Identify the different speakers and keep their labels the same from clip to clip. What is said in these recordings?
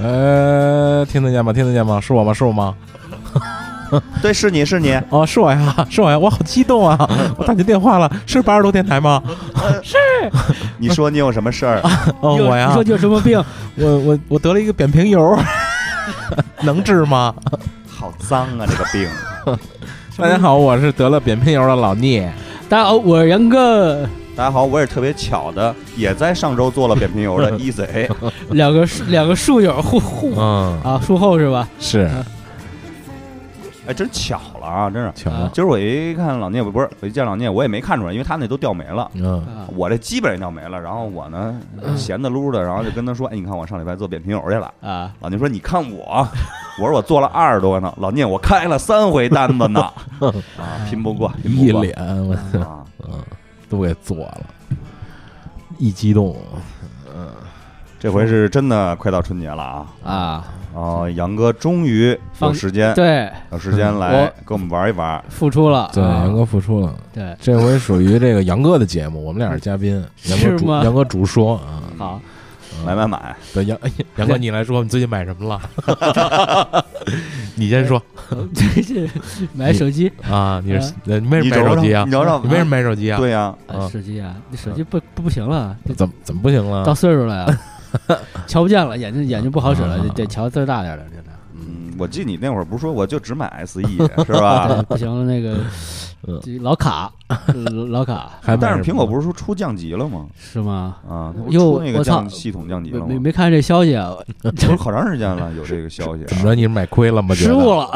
Speaker 1: 听得见吗？听得见吗？是我吗？是我吗？
Speaker 2: 对，是你
Speaker 1: 哦，是我呀，是我呀，我好激动啊！我打你电话了，是80多电台吗？
Speaker 3: 是。
Speaker 2: 你说你有什么事儿？
Speaker 1: 哦，我呀，
Speaker 3: 你说你有什么病？
Speaker 1: 我得了一个扁平疣，能治吗？
Speaker 2: 好脏啊，这个病。
Speaker 1: 大家好，我是得了扁平疣的老聂。
Speaker 3: 大家好，我是杨哥。
Speaker 2: 大家好，我也特别巧的，也在上周做了扁平疣的EZ。
Speaker 3: 两个术友术后是吧？
Speaker 1: 是。
Speaker 2: 哎，真巧了啊，真是
Speaker 1: 巧了。
Speaker 2: 今儿我一看老聂，我一见老聂，我也没看出来，因为他那都掉没了。我这基本上掉没了。然后我呢，闲的撸的，然后就跟他说：“哎，你看我上礼拜做扁平疣去了。”啊，老聂说：“你看我。”我说：“我做了20多个呢。”老聂，我开了3回单子呢。啊，拼不过，
Speaker 1: 一脸我操，都给做了，一激动，
Speaker 2: 这回是真的快到春节了啊！哦，杨哥终于有时间，
Speaker 3: 对，
Speaker 2: 有时间来跟我们玩一玩，
Speaker 3: 复出了。
Speaker 1: 对，杨哥复出了。
Speaker 3: 对，
Speaker 1: 这回属于这个杨哥的节目，我们俩是嘉宾，杨哥主说啊。
Speaker 3: 好，
Speaker 2: 买。
Speaker 1: 对，杨哥，你来说，你最近买什么了？你先说。
Speaker 3: 最近买手机
Speaker 1: 啊？你为什么买手机啊？
Speaker 2: 你找
Speaker 1: 你为什么买手机啊？
Speaker 2: 对呀，
Speaker 3: 手机啊，这手机不行了，
Speaker 1: 怎么不行了？
Speaker 3: 到岁数了呀。瞧不见了，眼睛不好使了，得瞧字大点的，真的。
Speaker 2: 我记得你那会儿不是说我就只买SE 是吧？
Speaker 3: 不行了，那个老卡。
Speaker 2: 但是苹果不是说出降级了吗？
Speaker 3: 是吗？
Speaker 2: 啊，出那个系统降级了吗？
Speaker 3: 没看这消息啊！
Speaker 2: 不是好长时间了，有这个消息。
Speaker 1: 怎么着？你是买亏了吗？
Speaker 3: 失误了。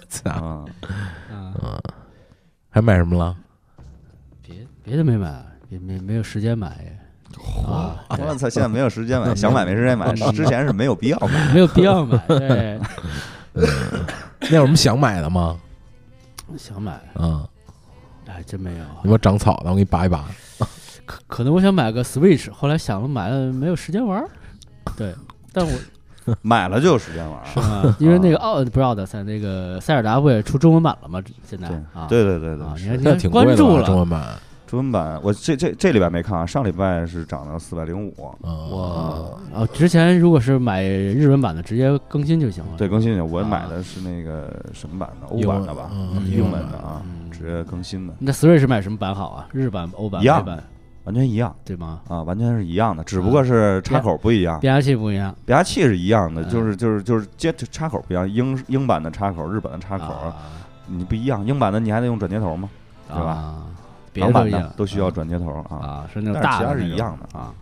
Speaker 1: 还买什么了？
Speaker 3: 别的没买，没有时间买。
Speaker 2: 我操！现在没有时间买，想买没时间买。之前是没有必要买，
Speaker 3: 没有必要买。对，
Speaker 1: 那有什么想买的吗？
Speaker 3: 想买还真没有。
Speaker 1: 有没有长草的？我给你拔一拔。
Speaker 3: 可能我想买个 Switch， 后来想了买了没有时间玩。对，但我
Speaker 2: 买了就有时间玩，
Speaker 3: 是吗？因为那个不知道的，在那个塞尔达不也出中文版了吗？现在
Speaker 2: 对，
Speaker 3: 你还挺关注了
Speaker 1: 中文版。
Speaker 2: 中文版我这礼拜没看啊，上礼拜是涨到405。
Speaker 3: 哇！之前如果是买日文版的，直接更新就行了。
Speaker 2: 对，更新我买的是那个什么版的，欧版的吧，英文的啊，直接更新的。
Speaker 3: 那 Switch 买什么版好啊？日版、欧版、美版
Speaker 2: 完全一样，
Speaker 3: 对吗？
Speaker 2: 啊，完全是一样的，只不过是插口不一样，
Speaker 3: 变压器不一样，
Speaker 2: 变压器是一样的，就是接插口不一样，英版的插口，日本的插口你不一样，英版的你还得用转接头嘛，对吧？港版的都需要转接头
Speaker 3: 是那种大的，
Speaker 2: 但是其他是一样的
Speaker 3: 啊。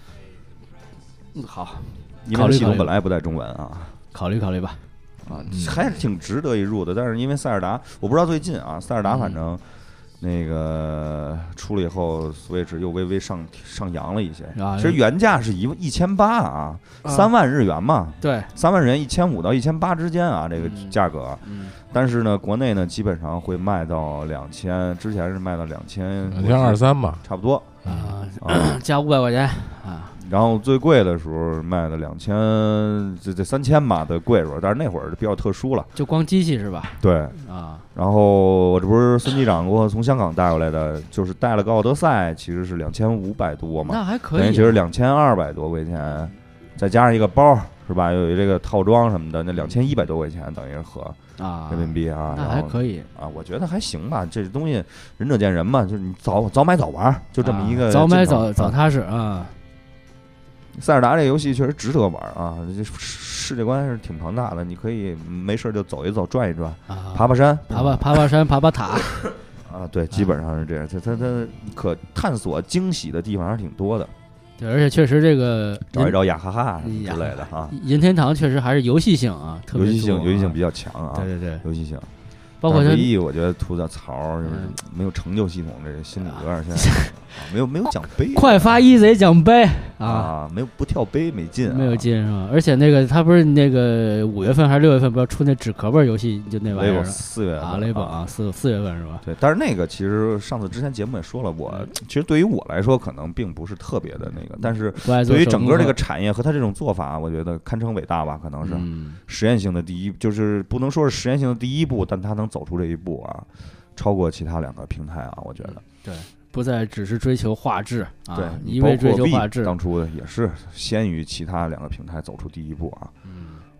Speaker 3: 好，
Speaker 2: 因为系统本来不带中文啊，
Speaker 3: 考虑吧。
Speaker 2: 还是挺值得一入的，但是因为塞尔达，我不知道最近塞尔达反正那个出了以后，Switch 又微微上扬了一些。其实原价是1800啊，3万日元嘛。
Speaker 3: 对
Speaker 2: ，3万日元1500到1800之间啊，这个价格。但是呢，国内呢基本上会卖到2000，之前是卖到
Speaker 1: 2200吧，
Speaker 2: 差不多
Speaker 3: 加500块钱啊。
Speaker 2: 然后最贵的时候卖的2000，这3000吧的贵时候，但是那会儿比较特殊了，
Speaker 3: 就光机器是吧？
Speaker 2: 对然后我这不是孙机长给我从香港带过来的，就是带了个奥德赛，其实是2500多嘛，
Speaker 3: 那还可以，
Speaker 2: 等于其实2200多块钱，再加上一个包是吧？有这个套装什么的，那2100多块钱等于是合人民币啊，
Speaker 3: 那还可以
Speaker 2: 我觉得还行吧。这东西仁者见仁嘛，就是你早买早玩，就这么一个
Speaker 3: 早买早踏实啊。
Speaker 2: 塞尔达这个游戏确实值得玩啊，这世界观是挺庞大的，你可以没事就走一走、转一转，爬爬山、
Speaker 3: 爬山、爬塔
Speaker 2: 对，基本上是这样。它可探索惊喜的地方还是挺多的。
Speaker 3: 对，而且确实这个
Speaker 2: 找一找雅哈哈之类的
Speaker 3: 任天堂确实还是游戏性特别
Speaker 2: 游戏性比较强
Speaker 3: 对，
Speaker 2: 游戏性。
Speaker 3: 包括
Speaker 2: 唯一我觉得吐点槽就是没有成就系统，这个心里有点现在没有奖杯，
Speaker 3: 快发EZ奖杯
Speaker 2: 没有不跳杯没劲，
Speaker 3: 没有劲是吧？而且那个他不是那个5月份还是6月份不要出那纸壳味游戏，就那玩意儿
Speaker 2: 4月份
Speaker 3: 雷宝4月份是吧？
Speaker 2: 对，但是那个其实上次之前节目也说了，其实对于我来说可能并不是特别的那个，但是对于整个这个产业和他这种做法，我觉得堪称伟大吧，可能是实验性的就是不能说是实验性的第一步，但他能走出这一步超过其他2个平台我觉得
Speaker 3: 对，不再只是追求画质
Speaker 2: 对，
Speaker 3: 一味追求画质，
Speaker 2: 当初也是先于其他2个平台走出第一步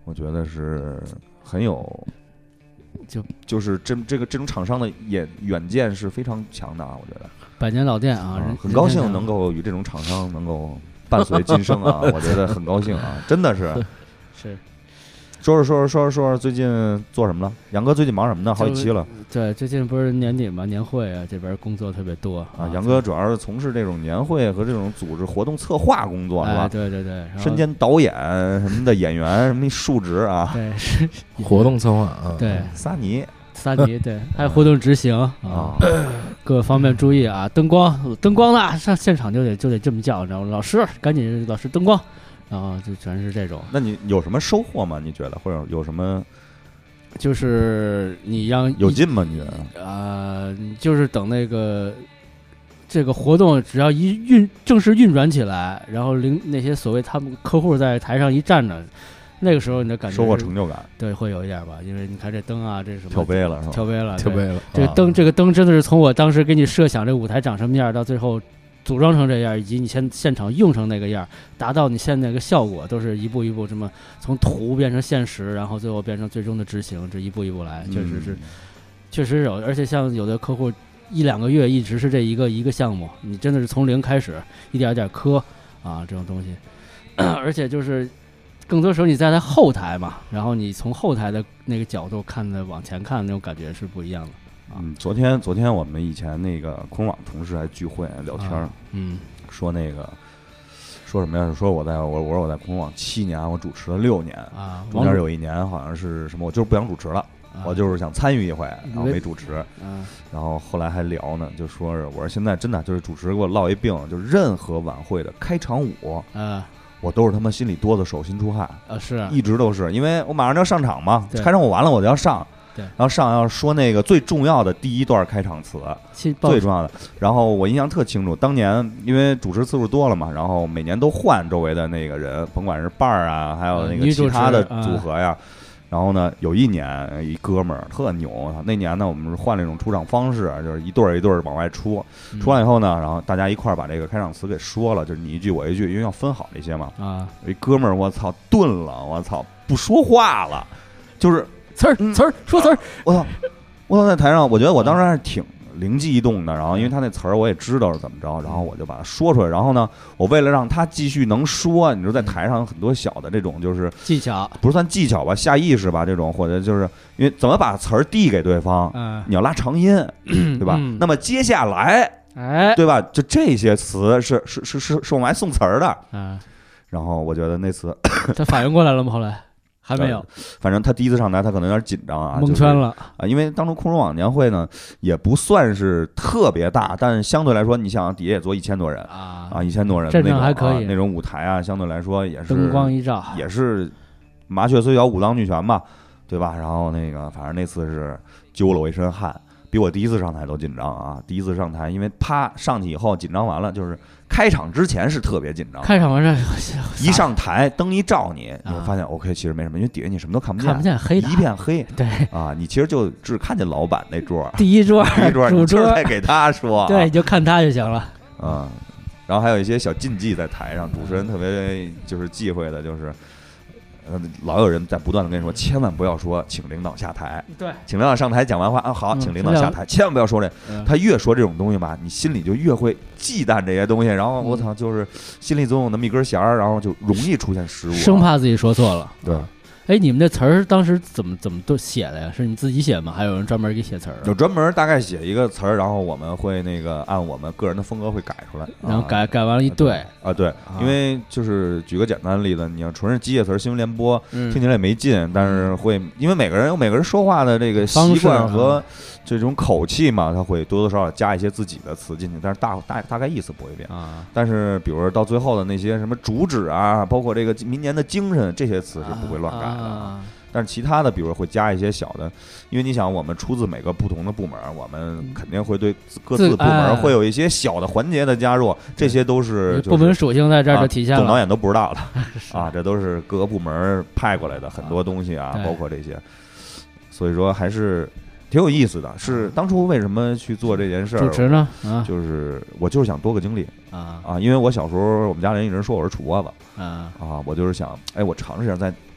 Speaker 2: 我觉得是很有，就是这种厂商的远见是非常强的啊，我觉得。
Speaker 3: 百年老店啊，
Speaker 2: 很高兴能够与这种厂商能够伴随今生啊，我觉得很高兴啊，真的是。
Speaker 3: 是。
Speaker 2: 说最近做什么了？杨哥最近忙什么呢？好几期了。
Speaker 3: 对，最近不是年底嘛，年会啊，这边工作特别多
Speaker 2: 啊。杨哥主要是从事这种年会和这种组织活动策划工作，是吧？
Speaker 3: 对对对，
Speaker 2: 身兼导演什么的演员什么数值啊。
Speaker 3: 对，
Speaker 1: 活动策划啊。
Speaker 3: 对，
Speaker 2: 撒尼
Speaker 3: 对，还有活动执行啊，各方面注意啊，灯光呢，上现场就得这么叫，你知道吗？老师赶紧，老师灯光。然后就全是这种。
Speaker 2: 那你有什么收获吗？你觉得或者有什么？
Speaker 3: 就是你让
Speaker 2: 有劲吗？你觉得？
Speaker 3: 就是等这个活动只要正式运转起来，然后那些所谓他们客户在台上一站着，那个时候你的感觉
Speaker 2: 收获成就感。
Speaker 3: 对，会有一点吧，因为你看这灯啊，这是什么？
Speaker 2: 跳杯了是吧？
Speaker 3: 跳杯了。
Speaker 2: 这
Speaker 3: 个灯真的是从我当时给你设想这舞台长什么样，到最后组装成这样，以及你现场用成那个样，达到你现在那个效果，都是一步一步这么从图变成现实，然后最后变成最终的执行，这一步一步来，确实有。而且像有的客户1-2个月一直是这一个项目，你真的是从零开始，一点点磕啊这种东西，而且就是更多时候你在后台嘛，然后你从后台的那个角度看的往前看那种感觉是不一样的。
Speaker 2: 昨天我们以前那个空网同事还聚会聊天，说说什么呀？说我说我在空网7年，我主持了6年啊，中间有1年好像是什么，我就是不想主持了，我就是想参与一回，然后没主持，然后后来还聊呢，就说是我说现在真的就是主持给我落一病，就是任何晚会的开场舞，我都是他妈心里哆嗦手心出汗
Speaker 3: 是
Speaker 2: 一直都是，因为我马上就要上场嘛，开场舞完了我就要上。
Speaker 3: 对，
Speaker 2: 然后上要说那个最重要的第一段开场词，最重要的。然后我印象特清楚，当年因为主持次数多了嘛，然后每年都换周围的那个人，甭管是伴儿啊，还有那个其他的组合呀。然后呢，有一年一哥们儿特牛，那年呢我们是换那种出场方式，就是一对儿一对儿往外出，出完以后呢，然后大家一块儿把这个开场词给说了，就是你一句我一句，因为要分好这些嘛。有一哥们儿我操顿了，我操不说话了，就是。
Speaker 3: 词儿说词儿，
Speaker 2: 我操在台上，我觉得我当时还是挺灵机一动的。然后因为他那词儿我也知道是怎么着，然后我就把它说出来。然后呢，我为了让他继续能说，你说在台上有很多小的这种就是
Speaker 3: 技巧，
Speaker 2: 不是算技巧吧，下意识吧这种，或者就是因为怎么把词儿递给对方，你要拉长音，对吧？那么接下来，对吧？就这些词是我们来送词儿的，然后我觉得那次
Speaker 3: 他反应过来了吗？后来。还没有，
Speaker 2: 反正他第一次上台，他可能有点紧张啊，
Speaker 3: 蒙圈了
Speaker 2: 啊。因为当初空中网年会呢，也不算是特别大，但相对来说，你想底下也坐1000多人1000多人，
Speaker 3: 阵仗还可以，
Speaker 2: 那种舞台啊，相对来说也是
Speaker 3: 灯光一照，
Speaker 2: 也是麻雀虽小，五脏俱全嘛，对吧？然后反正那次是揪了我一身汗，比我第一次上台都紧张啊。第一次上台，因为啪上去以后紧张完了，就是开场之前是特别紧张，
Speaker 3: 开场完了
Speaker 2: 一上台灯一照你会发现 OK 其实没什么，因为底下你什么都看不见
Speaker 3: 黑
Speaker 2: 一片黑，
Speaker 3: 对
Speaker 2: 啊，你其实就只看见老板那桌
Speaker 3: 第一桌
Speaker 2: 主桌再给他说，
Speaker 3: 对，你就看他就行了
Speaker 2: 然后还有一些小禁忌在台上，主持人特别就是忌讳的，就是老有人在不断的跟你说，千万不要说请领导下台，
Speaker 3: 对，
Speaker 2: 请领导上台讲完话好，请领导下台，千万不要说这。他越说这种东西吧，你心里就越会忌惮这些东西，然后我操，就是心里总有那么一根弦儿，然后就容易出现失误，
Speaker 3: 生怕自己说错了。
Speaker 2: 对。
Speaker 3: 哎，你们这词儿当时怎么都写的呀？是你自己写吗？还有人专门给写词儿？
Speaker 2: 有专门大概写一个词儿，然后我们会按我们个人的风格会改出来，
Speaker 3: 然后改完了一对
Speaker 2: 对，因为就是举个简单的例子，你要纯是机械词儿，新闻联播听起来也没劲，但是会因为每个人有每个人说话的这个习惯和这种口气嘛，他会多多少少加一些自己的词进去，但是大概意思不会变但是比如说到最后的那些什么主旨啊，包括这个明年的精神，这些词是不会乱改的。但是其他的，比如会加一些小的，因为你想，我们出自每个不同的部门，我们肯定会对各自部门会有一些小的环节的加入，这些都是
Speaker 3: 部门属性在这儿就体现了，
Speaker 2: 总导演都不知道的这都是各个部门派过来的很多东西包括这些，所以说还是挺有意思的。是当初为什么去做这件事儿？
Speaker 3: 主持呢？
Speaker 2: 就是我就是想多个经历因为我小时候我们家人一直说我是杵窝子我就是想，我长时间在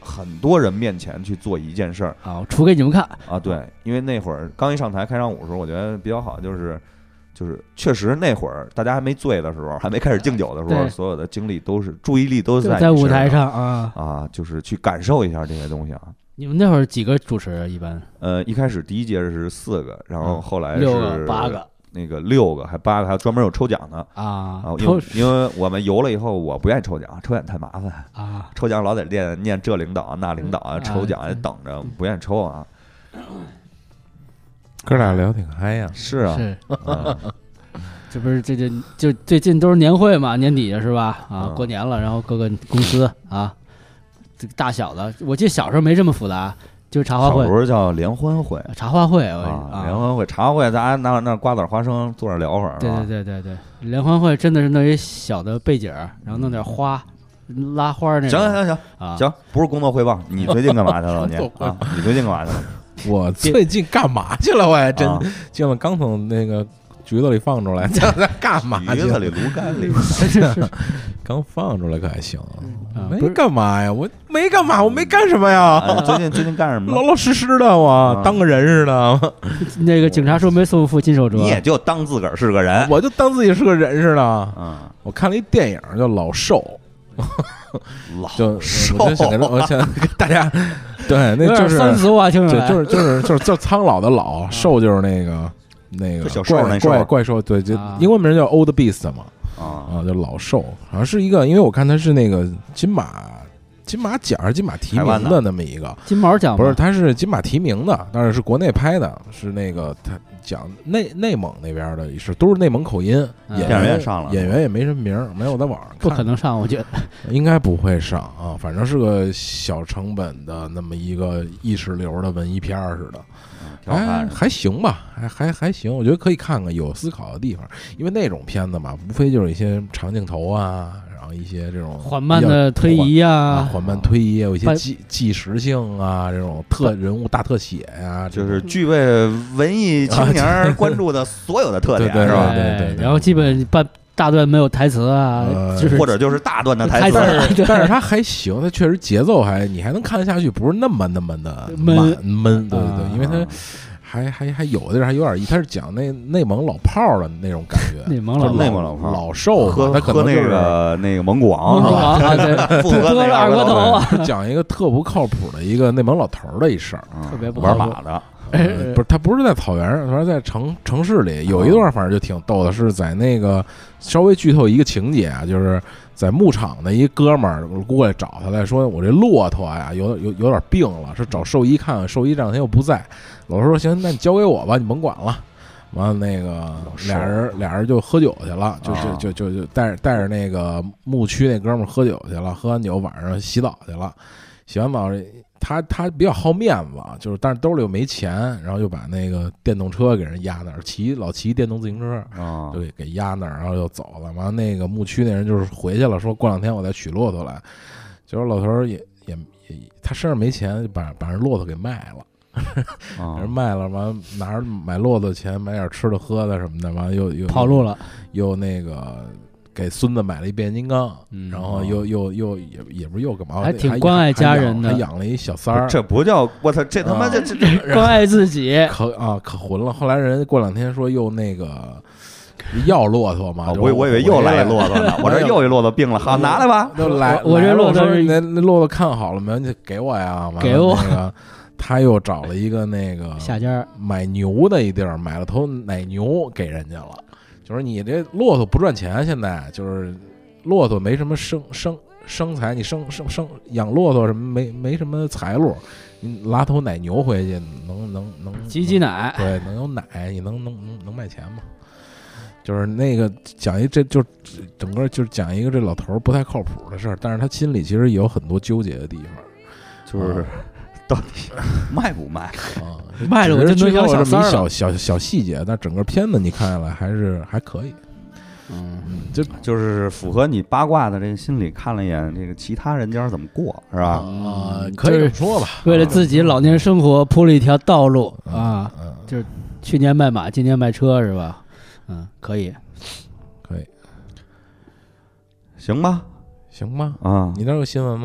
Speaker 2: 很多人面前去做一件事儿
Speaker 3: 啊，出给你们看
Speaker 2: 啊。对，因为那会儿刚一上台开场舞的时候，我觉得比较好，就是确实那会儿大家还没醉的时候，还没开始敬酒的时候，所有的精力都是注意力都是
Speaker 3: 在舞台上
Speaker 2: 就是去感受一下这些东西啊。
Speaker 3: 你们那会儿几个主持人一般？
Speaker 2: 一开始第一届是4个，然后后来是
Speaker 3: 6个、8个，
Speaker 2: 那个6个还8个，还专门有抽奖的
Speaker 3: 啊。
Speaker 2: 因为我们游了以后，我不愿意抽奖，抽奖太麻烦
Speaker 3: 啊。
Speaker 2: 抽奖老得念这领导那领导抽奖也等着，不愿意抽啊。
Speaker 1: 哥俩聊挺嗨呀。
Speaker 2: 是啊，
Speaker 3: 这不是就最近都是年会嘛，年底是吧？啊，过年了，然后各个公司啊。这个大小的，我记得小时候没这么复杂，就是茶话会。
Speaker 2: 小时候叫联欢会，
Speaker 3: 茶话会
Speaker 2: 联欢会，茶话会，咱那瓜子花生坐着聊会儿。
Speaker 3: 对，联欢会真的是弄一小的背景，然后弄点花，拉花那种。
Speaker 2: 行，不是工作汇报，你最近干嘛去了？你最近干嘛去了？
Speaker 1: 我最近干嘛去了？我还真进了，刚从那个橘子里放出来，在干嘛？
Speaker 2: 橘子里、炉干里，
Speaker 1: 刚放出来可还行。没干嘛呀，我没干嘛，我没干什么呀。
Speaker 2: 最近干什么？
Speaker 1: 老老实实的，我当个人似的。
Speaker 3: 那个警察说没送付金手镯，
Speaker 2: 你也就当自个儿是个人，
Speaker 1: 我就当自己是个人似的。我看了一电影叫《老兽》，
Speaker 2: 老兽，
Speaker 1: 我想跟大家，对，那就是
Speaker 3: 三词话听着，
Speaker 1: 就是苍老的老，兽就是那个
Speaker 2: 小兽
Speaker 1: 怪兽，对，就英文名叫 Old Beast 嘛。就老兽，好像是一个，因为我看他是那个金马奖还是金马提名的那么一个
Speaker 3: 金毛奖，
Speaker 1: 不是，他是金马提名的，但是国内拍的，是那个他讲内蒙那边的，都是内蒙口音，演员
Speaker 2: 上了，
Speaker 1: 演员也没什么名，没有在网上看，
Speaker 3: 不可能上，我觉得
Speaker 1: 应该不会上啊，反正是个小成本的那么一个意识流的文艺片似的。还行吧，还行，我觉得可以看看，有思考的地方。因为那种片子嘛，无非就是一些长镜头啊，然后一些这种
Speaker 3: 缓慢的推移啊，
Speaker 1: 缓慢推移，有一些纪实性啊，这种人物大特写呀，
Speaker 2: 就是具备文艺青年关注的所有的特点，是吧？
Speaker 1: 对。
Speaker 3: 然后基本大段没有台词啊，
Speaker 2: 或者就是大段的台词，
Speaker 1: 但是它还行，它确实节奏你还能看下去，不是那么的闷，对，因为它还有的地儿还有点他是讲内蒙老炮儿的那种感觉，
Speaker 2: 内蒙老炮儿
Speaker 1: 老兽
Speaker 2: 他可能那个蒙古王，
Speaker 3: 复合那个二锅头，
Speaker 1: 讲一个特不靠谱的一个内蒙老头儿的一事儿，
Speaker 3: 特别不
Speaker 2: 玩马的。
Speaker 1: 不是，他不是在草原上，他是在城市里。有一段反正就挺逗的，是在那个稍微剧透一个情节啊，就是在牧场的一哥们儿过来找他来说，我这骆驼呀有点病了，是找兽医看看，兽医这两天又不在。老头说行，那你交给我吧，你甭管了。完了那个俩人就喝酒去了，就带着那个牧区那哥们儿喝酒去了，喝完酒晚上洗澡去了，洗完澡。他比较好面子，就是但是兜里又没钱，然后就把那个电动车给人压那儿，老骑电动自行车就给压那儿，然后就走了。完了那个牧区那人就是回去了，说过2天我再取骆驼来。结果老头也他身上没钱，就把人骆驼给卖了，人卖了，完拿着买骆驼钱买点吃的喝的什么的，完了又
Speaker 3: 跑路了，
Speaker 1: 又那个。给孙子买了一变形金刚，然后又也不是又干嘛，
Speaker 3: 还挺关爱家人的，
Speaker 1: 还养了一小三儿。
Speaker 2: 这不叫我操，这他妈这
Speaker 3: 关爱自己，
Speaker 1: 可混了。后来人过2天说又那个要骆驼嘛，
Speaker 2: 我以为又来一骆驼呢，我这又一骆驼病了，好拿来吧，
Speaker 1: 都来。
Speaker 3: 我这骆驼
Speaker 1: 那骆驼看好了没？你给我呀，
Speaker 3: 给我。
Speaker 1: 那个他又找了一个那个
Speaker 3: 下家
Speaker 1: 买牛的一地儿，买了头奶牛给人家了。就是你这骆驼不赚钱，现在就是骆驼没什么生财，你生养骆驼什么没什么财路，你拉头奶牛回去能
Speaker 3: 挤奶，
Speaker 1: 对，能有奶，你能卖钱吗？就是那个讲这就整个就是讲一个这老头不太靠谱的事儿，但是他心里其实也有很多纠结的地方，
Speaker 2: 就是到底卖不卖
Speaker 1: 啊？
Speaker 3: 卖了我就能
Speaker 1: 有这么小细节，但整个片子你看下来还可以。
Speaker 2: 就是符合你八卦的这个心理，看了一眼这个其他人家怎么过，是吧？
Speaker 1: 可以这么说吧。
Speaker 3: 为了自己老年生活铺了一条道路啊，就是去年卖马，今年卖车，是吧？可以，
Speaker 2: 行吧
Speaker 1: 啊，你那有新闻吗？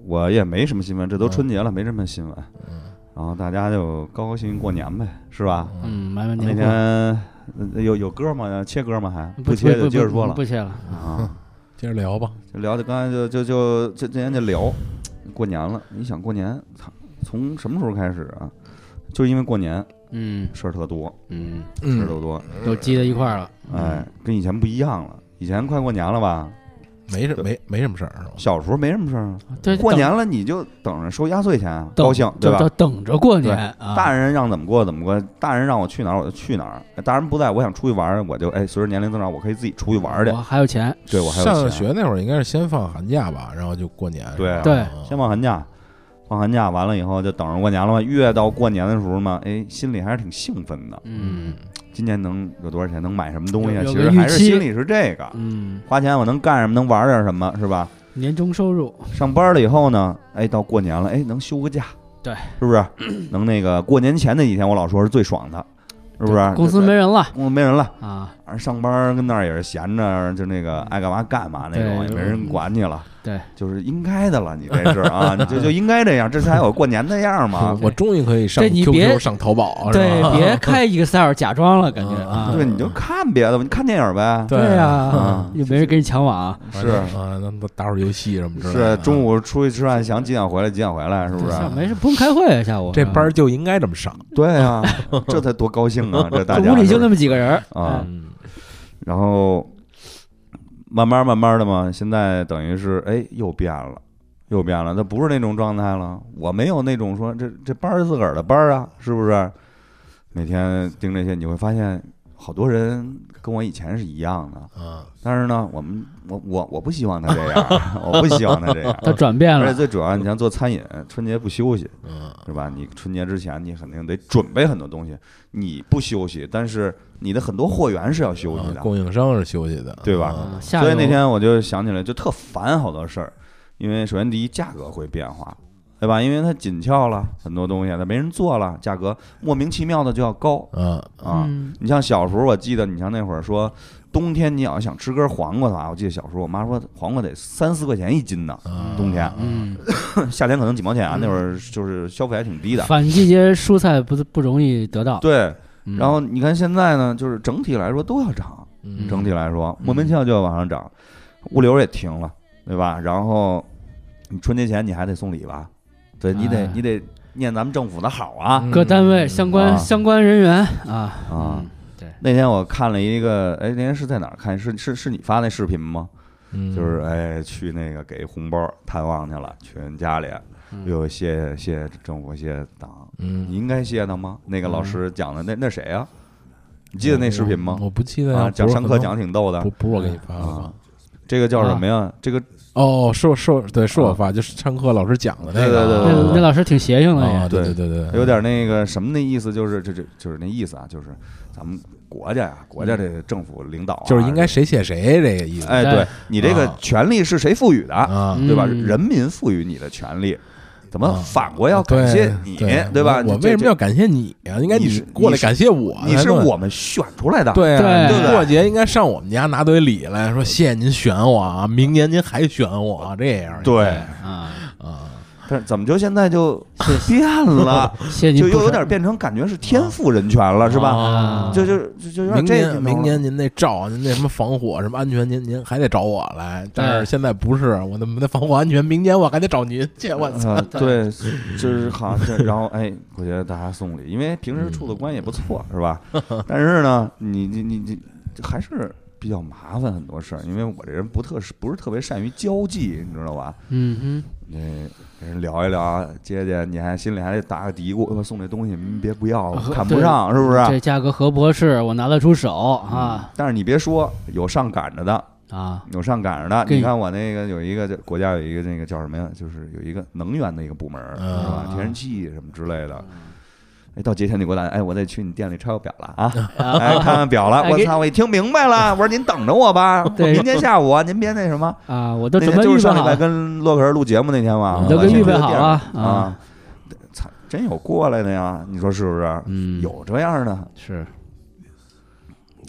Speaker 2: 我也没什么新闻，这都春节了，没什么新闻。然后大家就高高兴兴过年呗，是吧？
Speaker 3: 买完年货。
Speaker 2: 那天有歌吗？切歌吗？还不切就接着说了，
Speaker 3: 不切了
Speaker 1: 啊，接着聊吧。
Speaker 2: 就聊的刚才就今天就聊过年了。你想过年，从什么时候开始啊？就是因为过年，事儿特多，事儿都多，
Speaker 3: 都积在一块儿了。
Speaker 2: 哎，跟以前不一样了。以前快过年了吧？
Speaker 1: 没什么事儿，是吧？
Speaker 2: 小时候没什么事儿，
Speaker 3: 对，
Speaker 2: 过年了你就等着收压岁钱，高兴，对吧？
Speaker 3: 等着过年，
Speaker 2: 大人让怎么过怎么过，大人让我去哪儿我就去哪儿，大人不在我想出去玩，我就随着年龄增长，我可以自己出去玩去。
Speaker 3: 我还有钱，
Speaker 2: 对我还有钱。
Speaker 1: 上学那会儿应该是先放寒假吧，然后就过年。
Speaker 2: 对，先放寒假。放寒假完了以后就等着过年了嘛，越到过年的时候嘛，心里还是挺兴奋的。今年能有多少钱，能买什么东西？其实还是心里是这个。花钱我能干什么，能玩点什么，是吧？
Speaker 3: 年终收入。
Speaker 2: 上班了以后呢，到过年了，能休个假，
Speaker 3: 对，
Speaker 2: 是不是？能那个过年前那几天，我老说是最爽的，是不是？
Speaker 3: 公司没人了，
Speaker 2: 公司没人了
Speaker 3: 啊，
Speaker 2: 上班跟那儿也是闲着，就那个爱干嘛干嘛那种，也没人管你了。
Speaker 3: 对，
Speaker 2: 就是应该的了，你这是啊，你就应该这样，这才有过年的样嘛。
Speaker 1: 我终于可以上 QQ 上淘宝，
Speaker 3: 对，别开Excel假装了，感觉啊。
Speaker 2: 对，你就看别的吧，你看电影呗。
Speaker 3: 对呀，又没人给你抢网。
Speaker 2: 是
Speaker 1: 啊，那打会儿游戏什么之类
Speaker 2: 的。是中午出去吃饭，想几点回来几点回来，是不是？
Speaker 3: 没事，不用开会啊，下午。
Speaker 1: 这班就应该这么上。
Speaker 2: 对啊，这才多高兴啊！这大家
Speaker 3: 屋里就那么几个人
Speaker 2: 啊，然后。慢慢的嘛，现在等于是又变了，它不是那种状态了。我没有那种说这班是自个儿的班啊，是不是？每天盯这些，你会发现好多人跟我以前是一样的，但是呢，我不希望他这样，我不希望他这样，
Speaker 3: 他转变了。
Speaker 2: 而且最主要，你像做餐饮，春节不休息，是吧？你春节之前你肯定得准备很多东西，你不休息，但是你的很多货源是要休息的，
Speaker 1: 供应商是休息的，
Speaker 2: 对吧？所以那天我就想起来，就特烦好多事儿，因为首先第一，价格会变化，对吧？因为它紧俏了，很多东西它没人做了，价格莫名其妙的就要高。你像小时候，我记得你像那会儿说，冬天你要想吃根黄瓜的话，我记得小时候我妈说黄瓜得3-4块钱一斤呢，冬天。夏天可能几毛钱啊，那会儿就是消费还挺低的。
Speaker 3: 反季节蔬菜不容易得到。
Speaker 2: 对，然后你看现在呢，就是整体来说都要涨，整体来说莫名其妙就要往上涨，物流也停了，对吧？然后你春节前你还得送礼吧？对，你得念咱们政府的好啊，
Speaker 3: 各单位相关人员对。
Speaker 2: 那天我看了一个，那天是在哪儿看？是你发那视频吗？就是去那个给红包探望去了，去人家里，又谢谢政府，谢谢党。你应该谢他吗？那个老师讲的那谁啊？你记得那视频吗？
Speaker 1: 我不记得啊，
Speaker 2: 讲上课讲挺逗的。
Speaker 1: 不是我给你发的吧？
Speaker 2: 这个叫什么呀？这个。
Speaker 1: 是我发，就是上课老师讲的那
Speaker 2: 个，
Speaker 1: 对，
Speaker 3: 那老师挺邪性的呀，
Speaker 2: 对，
Speaker 1: 有
Speaker 2: 点那个什么的意思，就是就是那意思啊，就是咱们国家这个政府领导
Speaker 1: 就是应该谁谢谁这个意思。
Speaker 2: 对你这个权利是谁赋予的，对吧？人民赋予你的权利。怎么反过要感谢你，对吧？
Speaker 1: 我为什么要感谢你啊？应该你过来感谢我，
Speaker 2: 你是我们选出来的。
Speaker 1: 对啊，过节应该上我们家拿堆礼来说，谢谢您选我啊，明年您还选我这样。
Speaker 2: 对但是怎么就现在就变了？就又有点变成感觉是天赋人权了，是吧？就有点
Speaker 1: 明年您那照您那什么防火什么安全，您还得找我来。但是现在不是，我那防火安全，明年我还得找您去。我操！
Speaker 2: 对，就是好像然后我觉得大家送礼，因为平时处的关系也不错，是吧？但是呢，你还是比较麻烦很多事儿，因为我这人不是特别善于交际，你知道吧？跟人聊一聊，姐你还心里还得打个嘀咕，送这东西您别不要，看不上，是不是？
Speaker 3: 这价格合不合适，我拿得出手啊！
Speaker 2: 但是你别说，有上赶着的啊，有上赶着的。你看我那个有一个国家有一个那个叫什么呀？就是有一个能源的一个部门，是吧？天然气什么之类的。到节前你给我打，我得去你店里抄个表了啊！看看表了，我操！我一听明白了，我说您等着我吧，明天下午您别那什么
Speaker 3: 啊！我都准备
Speaker 2: 就是上礼拜跟洛克人录节目那天嘛，
Speaker 3: 你都给预备好了啊！
Speaker 2: 操，真有过来的呀！你说是不是？有这样的，
Speaker 3: 是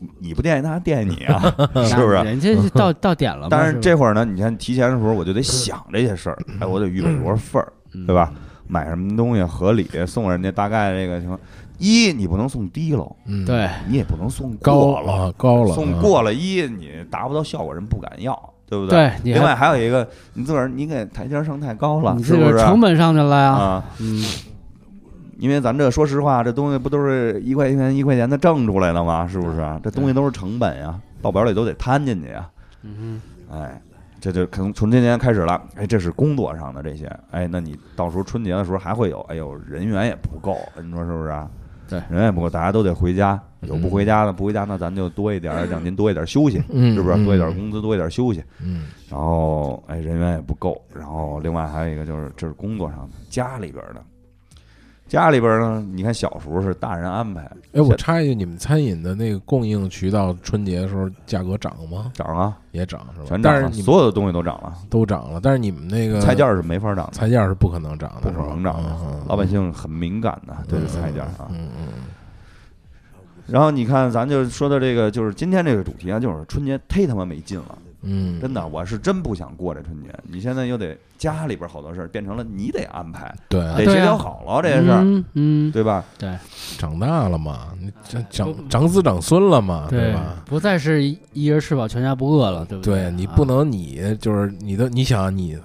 Speaker 2: 你不惦记他惦记你啊，是不是？
Speaker 3: 人家到点了嘛。
Speaker 2: 但是这会儿呢，你看提前的时候我就得想这些事儿，哎，我得预备多少份儿，对吧？买什么东西合理，送人家大概这个情况。你不能送低了，
Speaker 3: 对，
Speaker 2: 你也不能送
Speaker 1: 高了，
Speaker 2: 送过了你达不到效果，人不敢要，对不
Speaker 3: 对？
Speaker 2: 另外还有一个，你自个儿你给台阶上太高了，
Speaker 3: 你这个成本上去了呀。
Speaker 2: 啊，因为咱这说实话，这东西不都是1块钱1块钱的挣出来的吗？是不是？这东西都是成本呀，报表里都得摊进去呀。哎，这就可能从今年开始了。哎，这是工作上的这些。哎，那你到时候春节的时候还会有，哎呦，人员也不够，你说是不是啊？
Speaker 3: 对，
Speaker 2: 人也不够，大家都得回家。有不回家的，不回家那咱就多一点奖金，多一点休息，是不是？多一点工资，多一点休息。然后哎，人员也不够。然后另外还有一个就是，这是工作上的，家里边的。家里边呢，你看小时候是大人安排。
Speaker 1: 哎，我插一句，你们餐饮的那个供应渠道，春节的时候价格涨吗？
Speaker 2: 涨啊，
Speaker 1: 也涨是吧？
Speaker 2: 全涨了，所有的东西都涨了，
Speaker 1: 但是你们那个
Speaker 2: 菜价是没法涨的，
Speaker 1: 菜价是不可能涨的，
Speaker 2: 不可能涨的。老百姓很敏感的对这菜价啊。然后你看，咱就说的这个，就是今天这个主题啊，就是春节忒他妈没劲了。真的，我是真不想过这春节。你现在又得家里边好多事儿变成了你得安排，
Speaker 1: 对，
Speaker 2: 得协调好了这些事儿，对吧？
Speaker 3: 对，
Speaker 1: 长大了嘛，你长子长孙了嘛，对吧？
Speaker 3: 不再是一人吃饱全家不饿了，对不对？
Speaker 1: 对你不能，你就是你想你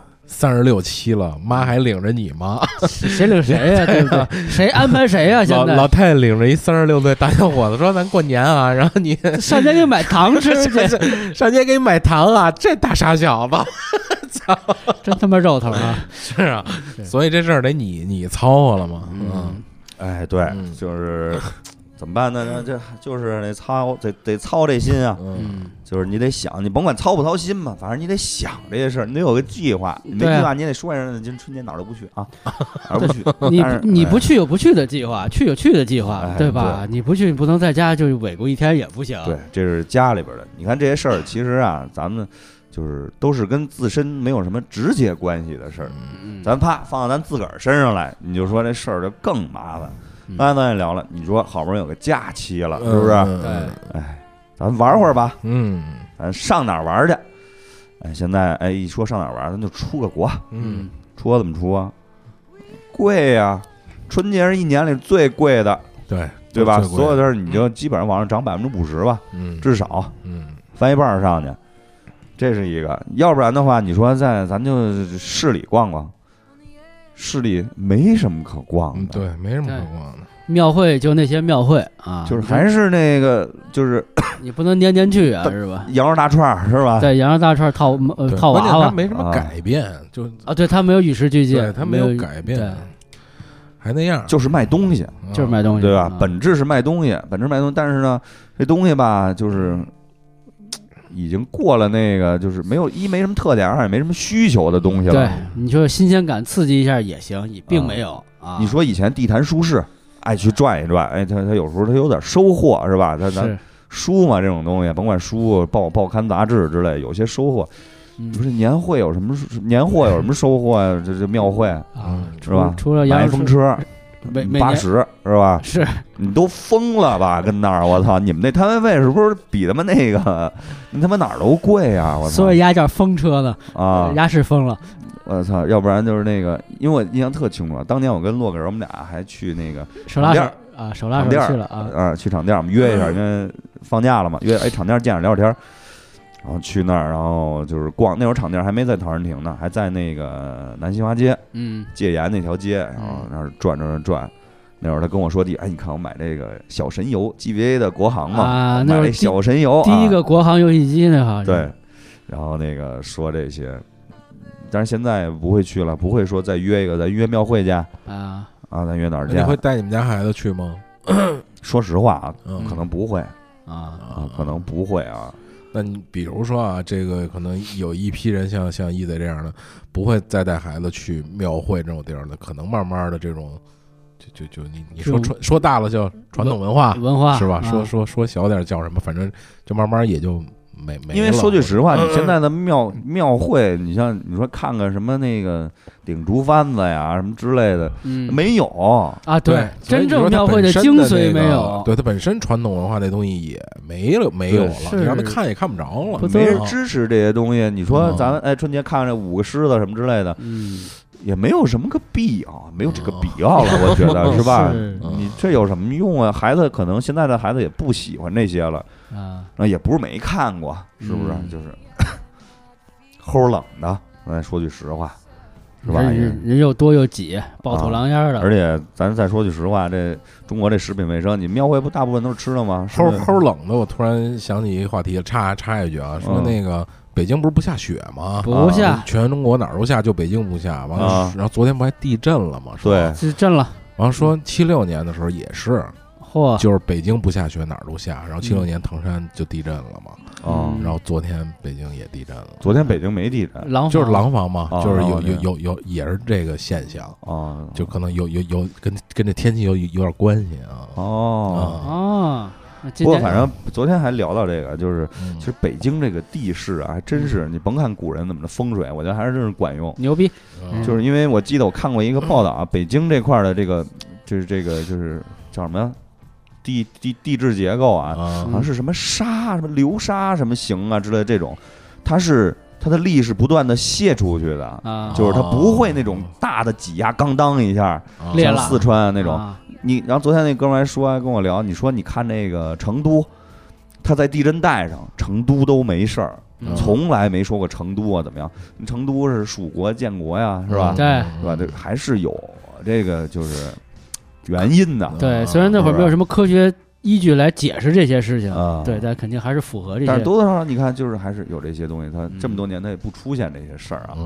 Speaker 1: 36、7了，妈还领着你吗？
Speaker 3: 谁领谁呀？对不对？谁安排谁呀？现在
Speaker 1: 老太太领着一36岁大小伙子说：“咱过年啊，然后你
Speaker 3: 上街给买糖吃去，
Speaker 1: 上街给你买糖啊，这大傻小子，操，
Speaker 3: 真他妈肉疼啊！
Speaker 1: 是啊，所以这事儿得你操和了嘛。
Speaker 2: 哎，对，就是怎么办呢？这就是得操这心啊。就是你得想，你甭管操不操心嘛，反正你得想这些事儿，你得有个计划。你没计划，你得说人今春节哪儿都不去啊，哪儿不去。
Speaker 3: 你不去有不去的计划，去有去的计划，对吧？你不去，不能在家就萎过一天也不行。
Speaker 2: 对，这是家里边的。你看这些事儿，其实啊，咱们就是都是跟自身没有什么直接关系的事儿。咱放到咱自个儿身上来，你就说这事儿就更麻烦。刚才咱也聊了，你说好不容易有个假期了，是不是？哎。咱玩会儿吧，咱上哪儿玩去？哎，现在哎一说上哪儿玩，咱就出个国，出国怎么出啊？贵呀，春节是一年里最贵的，对吧？所有的事你就基本上往上涨50%吧，至少，翻一半上去，这是一个。要不然的话，你说咱就市里逛逛，市里没什么可逛的，
Speaker 1: 对，没什么可逛的。
Speaker 3: 庙会就那些庙会啊，
Speaker 2: 就是还是那个，就是
Speaker 3: 你不能年年去啊，是吧？
Speaker 2: 羊肉大串是吧？
Speaker 3: 对，羊肉大串套娃娃，
Speaker 1: 它没什么改变，就
Speaker 3: 对，它没有与时俱进，
Speaker 1: 对，它没有改变，还那样，
Speaker 2: 就是卖东西，
Speaker 3: 就是卖东西，
Speaker 2: 对吧？本质是卖东西，但是呢，这东西吧，就是已经过了那个，就是没什么特点，二也没什么需求的东西了。
Speaker 3: 对，你说新鲜感刺激一下也行，也并没有啊。
Speaker 2: 你说以前地坛书市。爱去转一转，哎，他有时候他有点收获，是吧？咱书嘛，这种东西，甭管书、报刊、杂志之类，有些收获。不是年货有什么收获呀？这庙会啊，是吧？
Speaker 3: 除了
Speaker 2: 买风车，80是吧？
Speaker 3: 是
Speaker 2: 你都疯了吧？跟那儿，我操！你们那摊位费是不是比他妈那个？你他妈哪儿都贵啊！我操！
Speaker 3: 所以鸭叫风车呢
Speaker 2: 啊，
Speaker 3: 鸭是疯了。
Speaker 2: 我操！要不然就是那个，因为我印象特清楚，当年我跟洛克人我们俩还去那个
Speaker 3: 手拉手啊，手拉手去了
Speaker 2: 啊，去场店我们约一下，因为放假了嘛，约场店见着聊会天，然后去那儿，然后就是逛。那会儿场店还没在陶然亭呢，还在那个南新华街，戒严那条街，然后那儿转。那会儿他跟我说哎，你看我买这个小神游 GBA 的国行嘛，
Speaker 3: 啊，
Speaker 2: 买这小神游，
Speaker 3: 第一个国行游戏机那好像
Speaker 2: 对，然后那个说这些。但是现在不会去了，不会说再约一个，咱约庙会去啊，咱约哪儿去？
Speaker 1: 你会带你们家孩子去吗？
Speaker 2: 说实话啊，可能不会可能不会啊。
Speaker 1: 那你比如说啊，这个可能有一批人像一贼这样的，不会再带孩子去庙会这种地儿的，可能慢慢的这种，就你说大了叫传统文化
Speaker 3: 是吧？
Speaker 1: 说小点叫什么，反正就慢慢也就没。
Speaker 2: 因为说句实话，你现在的庙会，你像你说看看什么那个顶竹幡子呀什么之类的，没有
Speaker 3: 啊。对，真正庙会的精髓没有。
Speaker 1: 对，它本身传统文化那东西也没有了，你让他看也看不着了，
Speaker 2: 没人支持这些东西。你说咱春节看这5个狮子什么之类的，也没有什么个必要，没有这个必要了，我觉得是吧？你这有什么用啊？孩子可能现在的孩子也不喜欢这些了啊，也不是没看过，是不是？就是齁冷的，咱说句实话，是吧？
Speaker 3: 人又多又挤，暴土狼烟的。
Speaker 2: 而且咱再说句实话，这中国这食品卫生，你庙会不大部分都是吃的吗？
Speaker 1: 齁冷的，我突然想起一个话题，插一句啊，说那个。北京不是不下雪吗？
Speaker 3: 不下，
Speaker 1: 全中国哪儿都下，就北京不下。完了，然后昨天不还地震了吗？
Speaker 2: 对，
Speaker 3: 地震了。
Speaker 1: 完了说76年的时候也是，就是北京不下雪哪儿都下。然后76年唐山就地震了嘛。然后昨天北京也地震了。
Speaker 2: 昨天北京没地震，
Speaker 1: 就是廊坊嘛，就是有也是这个现象啊，就可能有跟这天气有点关系啊。
Speaker 2: 不过反正昨天还聊到这个，就是其实北京这个地势啊，还真是你甭看古人怎么的风水，我觉得还是真是管用，
Speaker 3: 牛逼。
Speaker 2: 就是因为我记得我看过一个报道啊，北京这块的这个就是叫什么呀？地质结构啊，好像是什么沙、什么流沙、什么形啊之类的这种，它的力是不断的泄出去的，就是它不会那种大的挤压，刚当一下，像四川那种。然后昨天那哥们还说，还跟我聊，你说你看那个成都，他在地震带上，成都都没事儿，从来没说过成都啊怎么样。成都是属国建国呀，是吧？
Speaker 3: 对，
Speaker 2: 是吧？这还是有这个就是原因的。
Speaker 3: 对，虽然那会儿没有什么科学依据来解释这些事情，对，但肯定还是符合这些。
Speaker 2: 但是多多少少你看，就是还是有这些东西，它这么多年它也不出现这些事儿啊。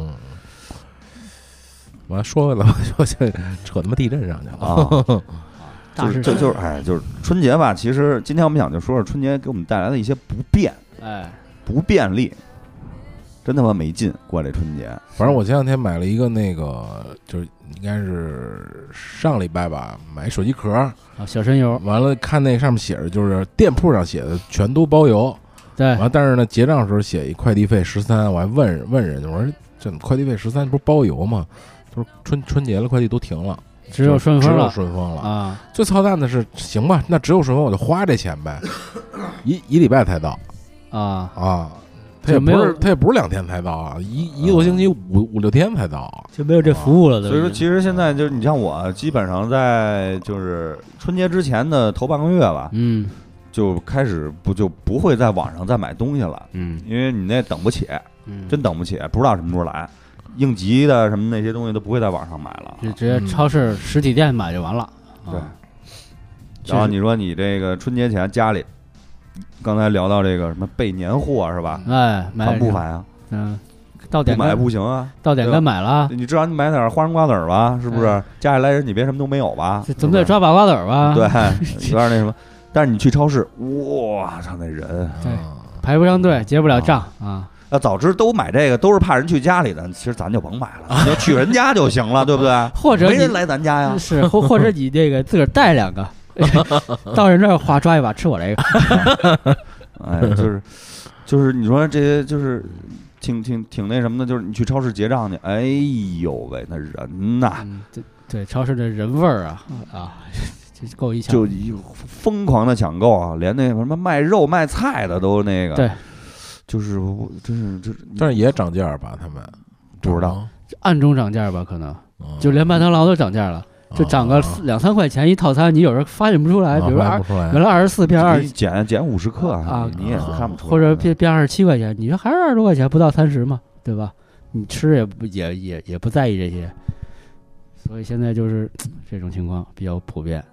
Speaker 1: 我还说了，我现在扯他妈地震上去了
Speaker 2: 啊！就是春节吧。其实今天我们想就说说春节给我们带来的一些不便，不便利，真他妈没劲过这春节。
Speaker 1: 反正我前两天买了一个那个，就是应该是上礼拜吧，买手机壳
Speaker 3: 小神油。
Speaker 1: 完了看那上面写着，就是店铺上写的全都包邮。
Speaker 3: 对。
Speaker 1: 完，但是呢，结账的时候写一快递费13，我还问人，我说这快递费13不是包邮吗？他说春节了，快递都停了，
Speaker 3: 只有顺丰了
Speaker 1: 啊！最操蛋的是，行吧，那只有顺丰我就花这钱呗，一礼拜才到啊！他也不是2天才到啊，一个多星期5、6天才到，
Speaker 3: 就没有这服务了。
Speaker 2: 所以说，其实现在就是你像我，基本上在就是春节之前的头半个月吧，就开始不会在网上再买东西了，因为你那等不起，真等不起，不知道什么时候来。应急的什么那些东西都不会在网上买了，
Speaker 3: 就直接超市实体店买就完了。
Speaker 2: 对。然后你说你这个春节前家里，刚才聊到这个什么备年货是吧？烦不烦啊？
Speaker 3: 到点
Speaker 2: 买不行啊，
Speaker 3: 到点该买了。
Speaker 2: 你至少你买点花生瓜子吧，是不是？家里来人你别什么都没有吧？
Speaker 3: 总得抓把瓜子吧？
Speaker 2: 对，有点那什么。但是你去超市，哇操那人，
Speaker 3: 对，排不上队，结不了账啊。
Speaker 2: 早知都买这个，都是怕人去家里的，其实咱就甭买了，你就去人家就行了，对不对？
Speaker 3: 或者
Speaker 2: 没人来咱家呀，
Speaker 3: 是或者你这个自个儿带2个，到人这儿抓一把吃我这个。
Speaker 2: 哎，就是你说这些就是挺那什么的，就是你去超市结账去，哎呦喂，那人呐，
Speaker 3: 对超市的人味儿啊，这够一抢，
Speaker 2: 就疯狂的抢购啊，连那什么卖肉卖菜的都那个。
Speaker 3: 对。
Speaker 2: 就是
Speaker 1: 但是也涨价吧？他们
Speaker 2: 不知道，
Speaker 3: 暗中涨价吧？可能就连麦当劳都涨价了，就涨个2、3块钱一套餐，你有时候发现不出来。比如原来24变
Speaker 2: 减50克啊，你也看不出来。
Speaker 3: 或者变27块钱，你说还是20多块钱，不到30嘛，对吧？你吃也不在意这些，所以现在就是这种情况比较普遍。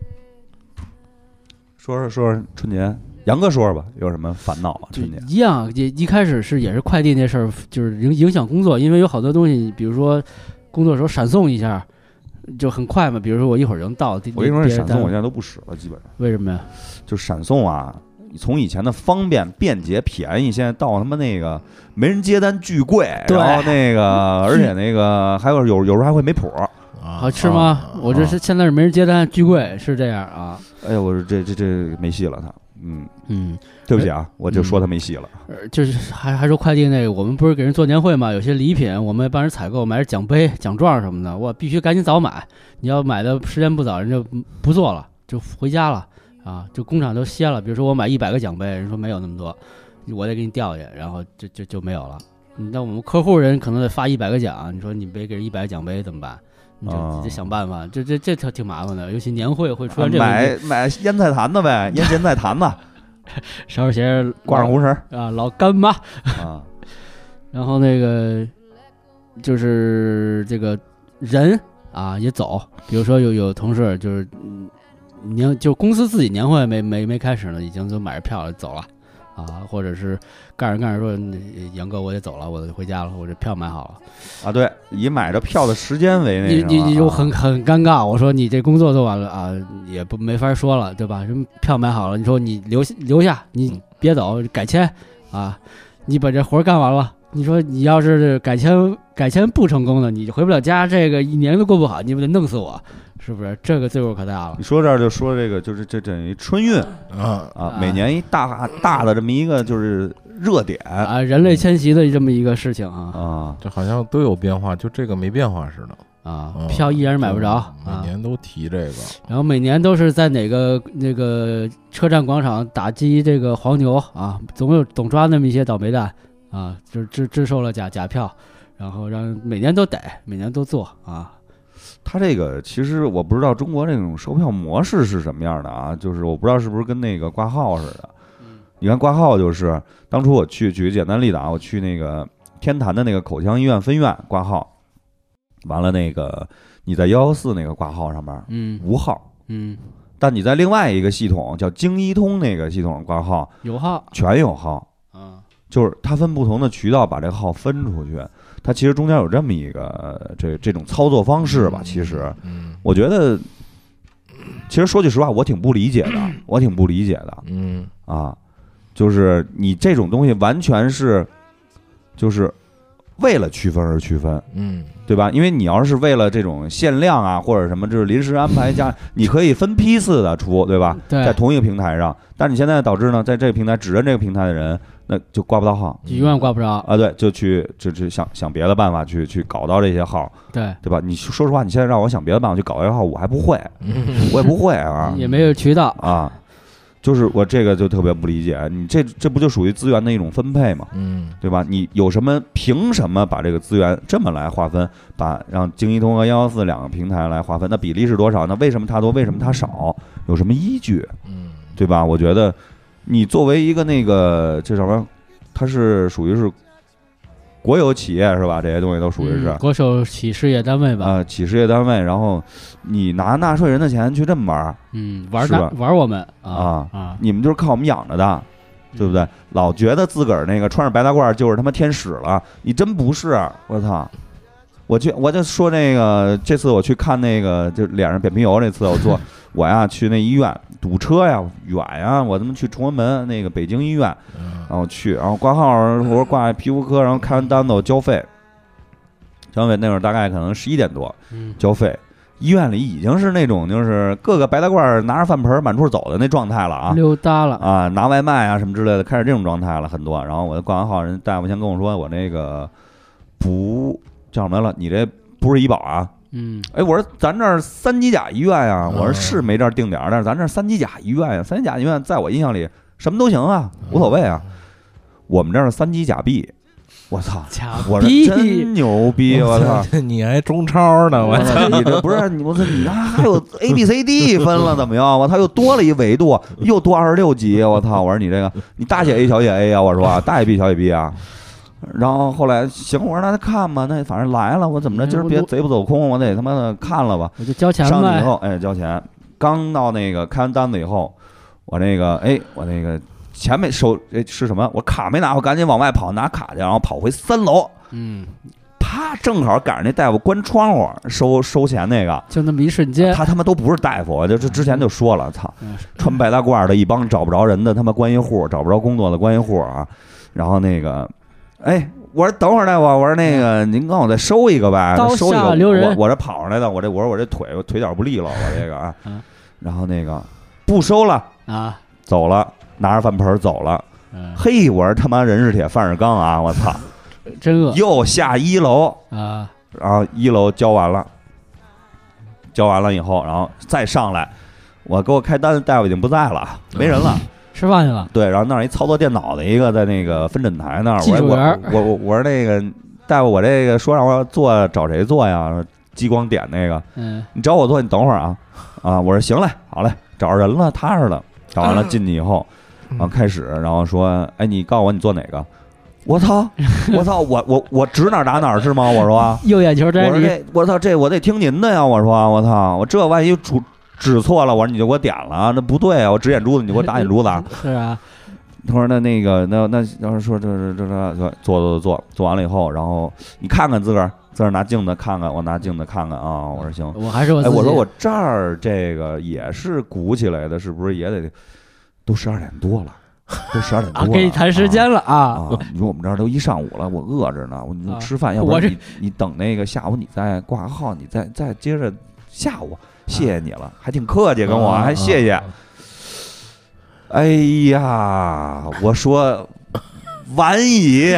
Speaker 2: 说春节。杨哥说说吧，有什么烦恼啊？春节
Speaker 3: 一样，一开始也是快递那事儿，就是影响工作，因为有好多东西，比如说工作的时候闪送一下就很快嘛。比如说我一会儿就能到。
Speaker 2: 我跟你说，闪送我现在都不使了，基本上。
Speaker 3: 为什么呀？
Speaker 2: 就闪送啊，从以前的方便、便捷、便宜，现在到他妈那个没人接单巨贵，然后那个而且那个还有时候还会没谱。
Speaker 3: 好吃吗？我这是现在是没人接单巨贵，是这样啊。
Speaker 2: 哎呀，我说这没戏了，他。 对不起啊，我就说他没戏了。
Speaker 3: 就是还说快递那个，我们不是给人做年会嘛，有些礼品我们帮人采购，买点奖杯、奖状什么的，我必须赶紧早买。你要买的时间不早，人就不做了，就回家了啊，就工厂都歇了。比如说我买100个奖杯，人说没有那么多，我得给你调去，然后就没有了。那我们客户人可能得发100个奖，你说你别给人100个奖杯怎么办？你就得想办法，这挺麻烦的，尤其年会会出现这个
Speaker 2: 买腌菜坛子呗，腌咸菜坛子，
Speaker 3: 捎上鞋
Speaker 2: 挂上红绳
Speaker 3: 啊，老干妈啊。然后那个就是这个人啊也走，比如说有同事就是就公司自己年会没开始呢，已经就买着票了走了。啊，或者是干着说，杨哥我得走了，我得回家了，我这票买好了。啊，
Speaker 2: 对，以买着票的时间为那个，
Speaker 3: 你就很尴尬。我说你这工作做完了啊，也没法说了，对吧？人票买好了，你说你留下，你别走，改签啊，你把这活干完了。你说你要是改签不成功的，你就回不了家，这个1年都过不好，你不得弄死我？是不是这个罪过可大了？
Speaker 2: 你说这儿就说这个，就是这等于春运每年一大的这么一个就是热点
Speaker 3: 啊，人类迁徙的这么一个事情啊，
Speaker 1: 这好像都有变化，就这个没变化似的
Speaker 3: 啊，票依然是买不着，
Speaker 1: 每年都提这个，
Speaker 3: 然后每年都是在哪个那个车站广场打击这个黄牛啊，总抓那么一些倒霉蛋啊，就制售了假票，然后让每年都逮，每年都做啊。
Speaker 2: 他这个其实我不知道中国这种售票模式是什么样的啊，就是我不知道是不是跟那个挂号似的。你看挂号就是当初我举个简单例子啊，我去那个天坛的那个口腔医院分院挂号，完了那个你在114那个挂号上面无号，但你在另外一个系统叫京医通那个系统挂号
Speaker 3: 有号，
Speaker 2: 全有号就是它分不同的渠道把这个号分出去。它其实中间有这么一个这种操作方式吧，其实我觉得其实说句实话我挺不理解的，就是你这种东西完全是就是为了区分而区分，对吧？因为你要是为了这种限量啊或者什么就是临时安排加，你可以分批次的出，对吧？
Speaker 3: 对，
Speaker 2: 在同一个平台上，但是你现在导致呢，在这个平台只认这个平台的人，那就挂不到号，
Speaker 3: 永远挂不着
Speaker 2: 啊！对，就想别的办法去搞到这些号，对吧？你说实话，你现在让我想别的办法去搞这些号，我还不会，我也不会啊，
Speaker 3: 也没有渠道
Speaker 2: 啊。就是我这个就特别不理解，你这不就属于资源的一种分配吗？对吧？你有什么凭什么把这个资源这么来划分，让京医通和114两个平台来划分，那比例是多少？那为什么它多，为什么它少？有什么依据？对吧？我觉得你作为一个那个这什么，它是属于是国有企业是吧？这些东西都属于是
Speaker 3: 国有企事业单位吧？
Speaker 2: 企事业单位，然后你拿纳税人的钱去这么玩，
Speaker 3: 玩我们
Speaker 2: 你们就是靠我们养着的，对不对？老觉得自个儿那个穿着白大褂就是他妈天使了，你真不是！我操！我就说那个，这次我去看那个，就脸上扁平疣那次，我呀去那医院堵车呀，远呀，我他妈去崇文门那个北京医院，然后去，然后挂号，我说挂皮肤科，然后开完单子我交费那会儿大概可能11点多，交费。医院里已经是那种就是各个白大褂拿着饭盆满处走的那状态了啊，
Speaker 3: 溜达了
Speaker 2: 啊，拿外卖啊什么之类的，开始这种状态了很多。然后我挂完号，人大夫先跟我说，我那个不叫什么了，你这不是医保啊？我说咱这儿3级甲医院呀，我说是没这儿定点，但是咱这儿3级甲医院呀，3级甲医院在我印象里什么都行啊，无所谓啊。我们这儿3级甲 B。我操！我这真牛逼！我操！
Speaker 1: 你还中超呢！我操！
Speaker 2: 你这不是你？我操！你还有 A、B、C、D 分了怎么样？我操！又多了一维度，又多26级！我操！我说你这个，你大写 A 小写 A 啊！我说啊，大写 B 小写 B 啊！然后后来行，我说那看吧，那反正来了，我怎么着？今儿别贼不走空，我得他妈的看了吧。
Speaker 3: 我就交钱呗。
Speaker 2: 上去以后，交钱。刚到那个开完单子以后，我那个钱没收，是什么？我卡没拿，我赶紧往外跑拿卡去，然后跑回3楼。啪，正好赶上那大夫关窗户收钱那个，
Speaker 3: 就那么一瞬间，
Speaker 2: 他妈都不是大夫，我就之前就说了，操，穿白大褂的一帮找不着人的他妈关系户，找不着工作的关系户啊。然后那个，我说等会儿大夫，我说那个您帮我再收一个呗，收一个，我这跑上来的，我说我这腿脚不利落，我这个啊，然后那个不收了
Speaker 3: 啊。
Speaker 2: 走了， 拿着饭盆走了。嘿，我说他妈人是铁饭是钢啊！我操，
Speaker 3: 真饿。
Speaker 2: 又下1楼
Speaker 3: 啊，
Speaker 2: 然后1楼交完了以后，然后再上来，我给我开单的大夫已经不在了，没人了，
Speaker 3: 吃饭去了。
Speaker 2: 对，然后那儿一操作电脑的一个在那个分诊台那儿，我说那个大夫，我这个说让我做找谁做呀？激光点那个，你找我做，你等会儿啊，我说行嘞，好嘞，找着人了，踏实了，找完了进去以后，然后开始，然后说，哎，你告诉我你做哪个？我操，我指哪打哪是吗？我说
Speaker 3: 右眼球在
Speaker 2: 里，我操，这我得听您的呀！我说我操，我这万一指错了，我说你就给我点了，那不对啊！我指眼珠子，你给我打眼珠子。
Speaker 3: 是啊。
Speaker 2: 他说那然后说这做完了以后，然后你看看自个儿拿镜子看看，我拿镜子看看啊，我说行，
Speaker 3: 我还是我自己。
Speaker 2: 我说我这儿这个也是鼓起来的，是不是也得都12点多了？都12点多了，
Speaker 3: 可以谈时间了啊！
Speaker 2: 你说我们这儿都1上午了，我饿着呢，你吃饭，要不然你等那个下午你再挂个号，你再接着下午，谢谢你了，还挺客气跟我，还谢谢。哎呀，我说晚矣，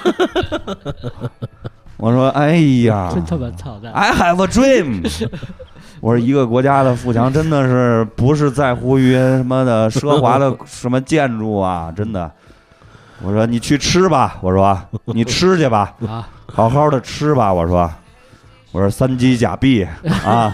Speaker 2: 我说哎呀，
Speaker 3: 真他妈操蛋
Speaker 2: ！I have a dream。我说一个国家的富强真的是不是在乎于什么的奢华的什么建筑啊，真的。我说你去吃吧，我说你吃去吧，好好的吃吧，我说3级假币啊。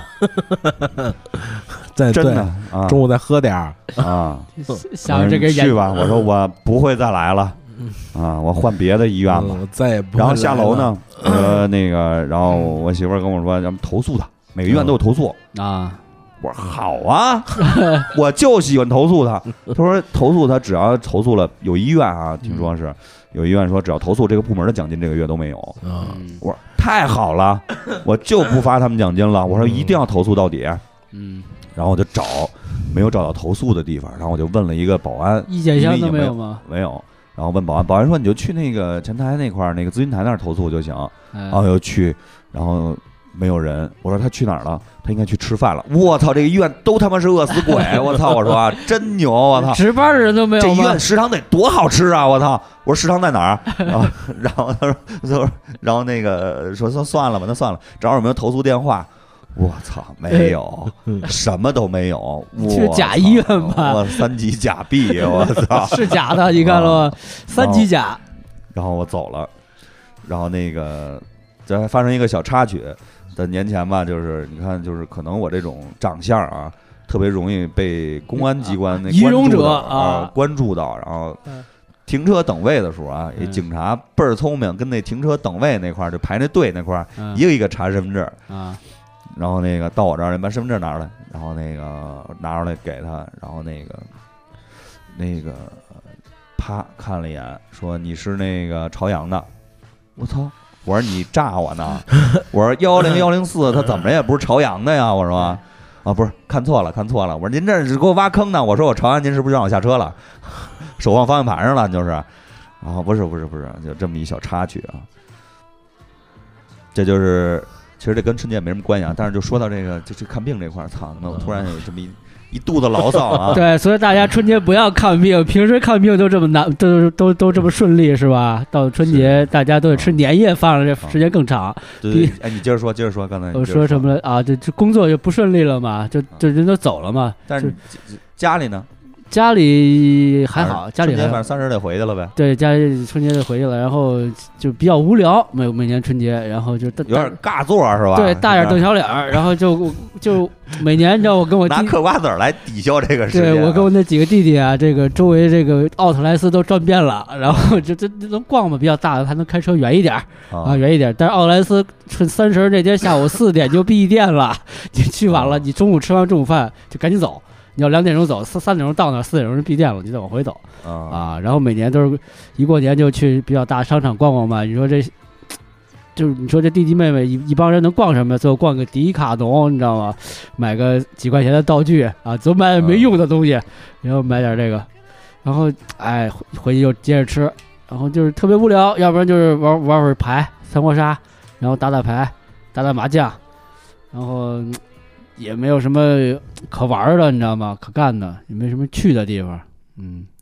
Speaker 1: 真
Speaker 2: 的啊，
Speaker 1: 中午再喝点
Speaker 2: 啊。
Speaker 3: 想这个
Speaker 2: 去吧，我说我不会再来了啊，我换别的医院吧，
Speaker 1: 再也不。
Speaker 2: 然后下楼呢，那个，然后我媳妇儿跟我说，咱们投诉他，每个医院都有投诉
Speaker 3: 啊。
Speaker 2: 我说好啊，我就喜欢投诉他。他说投诉他，只要投诉了，有医院啊，听说是有医院说只要投诉这个部门的奖金这个月都没有。我说太好了，我就不发他们奖金了。我说一定要投诉到底。然后我就找，没有找到投诉的地方，然后我就问了一个保安，
Speaker 3: 意见箱都没有吗？
Speaker 2: 没有。然后问保安，保安说你就去那个前台那块儿那个咨询台那儿投诉就行。然后又去，然后没有人。我说他去哪儿了？他应该去吃饭了。我操，这个医院都他妈是饿死鬼！我操，我说啊，真牛！我操，
Speaker 3: 值班的人都没有吗？
Speaker 2: 这医院食堂得多好吃啊！我操！我说食堂在哪儿？然后他说，然后那个说算了吧，那算了，找有没有投诉电话。我操，没有，什么都没有。
Speaker 3: 是假医院吧？
Speaker 2: 我3级假币，我操，
Speaker 3: 是假的，你看了吗？3级假。
Speaker 2: 然后我走了，然后那个这还发生一个小插曲。在年前吧，就是你看，就是可能我这种长相啊，特别容易被公安机关那关注到，然后停车等位的时候啊，警察倍儿聪明，跟那停车等位那块儿就排那队那块儿，一个一个查身份证
Speaker 3: 啊。
Speaker 2: 然后那个到我这儿，把身份证拿出来，然后那个拿出来给他，然后那个啪看了一眼，说你是那个朝阳的。我操！我说你炸我呢！我说10104，他怎么也不是朝阳的呀？我说啊，不是，看错了。我说您这是给我挖坑呢。我说我朝阳，您是不是让我下车了？手放方向盘上了，就是。然后不是，就这么一小插曲啊。这就是。其实这跟春节没什么关系啊，但是就说到这个，就看病这块儿，操！那我突然有这么一肚子牢骚啊。
Speaker 3: 对，所以大家春节不要看病，平时看病都这么难，都这么顺利是吧？到春节大家都得吃年夜饭了，这时间更长。
Speaker 2: 对，哎，你接着说，刚才
Speaker 3: 我说什么了啊？这工作就不顺利了嘛，就人都走了嘛。
Speaker 2: 但是家里呢？
Speaker 3: 家里还好，家里
Speaker 2: 反正30得回去了呗。
Speaker 3: 对，家里春节得回去了，然后就比较无聊，每年春节，然后就
Speaker 2: 有点尬座是吧？
Speaker 3: 对，大眼瞪小脸儿，然后就每年，你知道我跟我
Speaker 2: 拿嗑瓜子来抵消这个时间。
Speaker 3: 对，我跟我那几个弟弟啊，这个周围这个奥特莱斯都转遍了，然后这能逛嘛，比较大的还能开车远一点啊，远一点。但是奥特莱斯30那天下午4点就闭店了，你去晚了，你中午吃完中午饭就赶紧走。你要2点钟走，3点钟到那，4点钟闭店了，你再往回走啊。然后每年都是一过年就去比较大商场逛逛嘛。你说你说这弟弟妹妹一帮人能逛什么？最后逛个迪卡侬，你知道吗？买个几块钱的道具啊，总买没用的东西，然后买点这个，然后哎回去就接着吃，然后就是特别无聊，要不然就是玩会儿牌、三国杀，然后打牌、打麻将，然后。也没有什么可玩的，你知道吗？可干的，也没什么去的地方。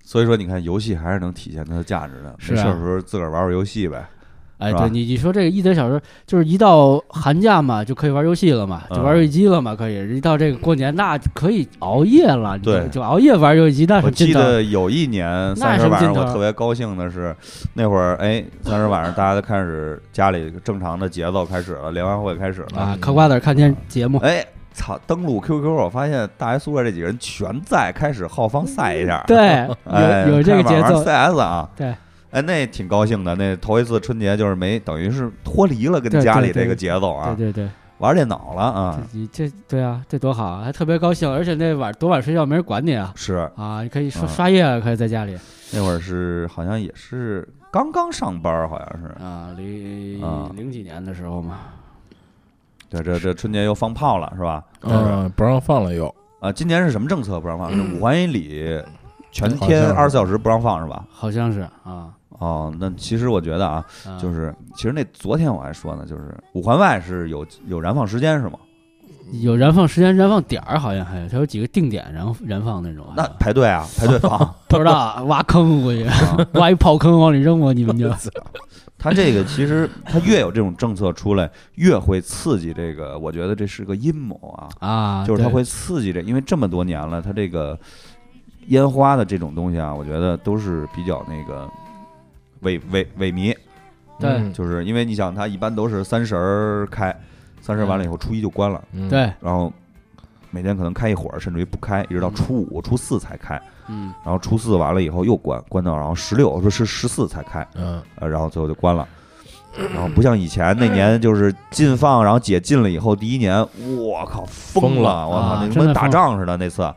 Speaker 2: 所以说你看游戏还是能体现它的价值的，没事的时候自个儿玩玩游戏呗。
Speaker 3: 哎，对你说这个1.5小时，就是一到寒假嘛，就可以玩游戏了嘛，就玩游戏机了嘛，可以。一到这个过年，那可以熬夜了，
Speaker 2: 对，
Speaker 3: 就熬夜玩游戏机。那是
Speaker 2: 我记得有一年30晚上，我特别高兴的是，那会儿30晚上大家都开始家里正常的节奏开始了，联欢会开始了
Speaker 3: 啊，嗑瓜子看天节目。
Speaker 2: 操！登录 QQ， 我发现大学宿舍这几个人全在开始浩方赛一下，
Speaker 3: 对，有这个节奏。
Speaker 2: CS 啊，
Speaker 3: 对。
Speaker 2: 那挺高兴的。那头一次春节就是等于是脱离了跟家里这个节奏啊，
Speaker 3: 对，
Speaker 2: 玩电脑了啊。
Speaker 3: 对啊，这多好啊，还特别高兴，而且那多晚睡觉没人管你啊。
Speaker 2: 是
Speaker 3: 啊，你可以刷夜了，可以在家里。
Speaker 2: 那会儿是好像也是刚刚上班，好像是
Speaker 3: 啊，0几年的时候嘛。
Speaker 2: 对，这春节又放炮了是吧？
Speaker 1: 不让放了又
Speaker 2: 啊。今年是什么政策不让放？是五环以里全天24小时不让放是吧？
Speaker 3: 好像是啊。
Speaker 2: 哦，那其实我觉得啊，就是其实那昨天我还说呢，就是五环外是有燃放时间是吗？
Speaker 3: 有燃放时间、燃放点儿，好像它有几个定点燃放那种。
Speaker 2: 那排队啊，排队放？
Speaker 3: 不知道，挖坑过去，挖一炮坑往里扔我，你们就。
Speaker 2: 他这个其实他越有这种政策出来，越会刺激这个，我觉得这是个阴谋啊，就是他会刺激因为这么多年了，他这个烟花的这种东西啊，我觉得都是比较那个。萎靡，
Speaker 3: 对，
Speaker 2: 就是因为你想，它一般都是30开，30完了以后初一就关了，
Speaker 3: 对，
Speaker 2: 然后每天可能开一会儿，甚至于不开，一直到初5、初4才开，然后初4完了以后又关到然后16说是14才开，然后最后就关了，然后不像以前那年就是禁放，然后解禁了以后第一年，我靠疯了，我操，那跟打仗似的那次。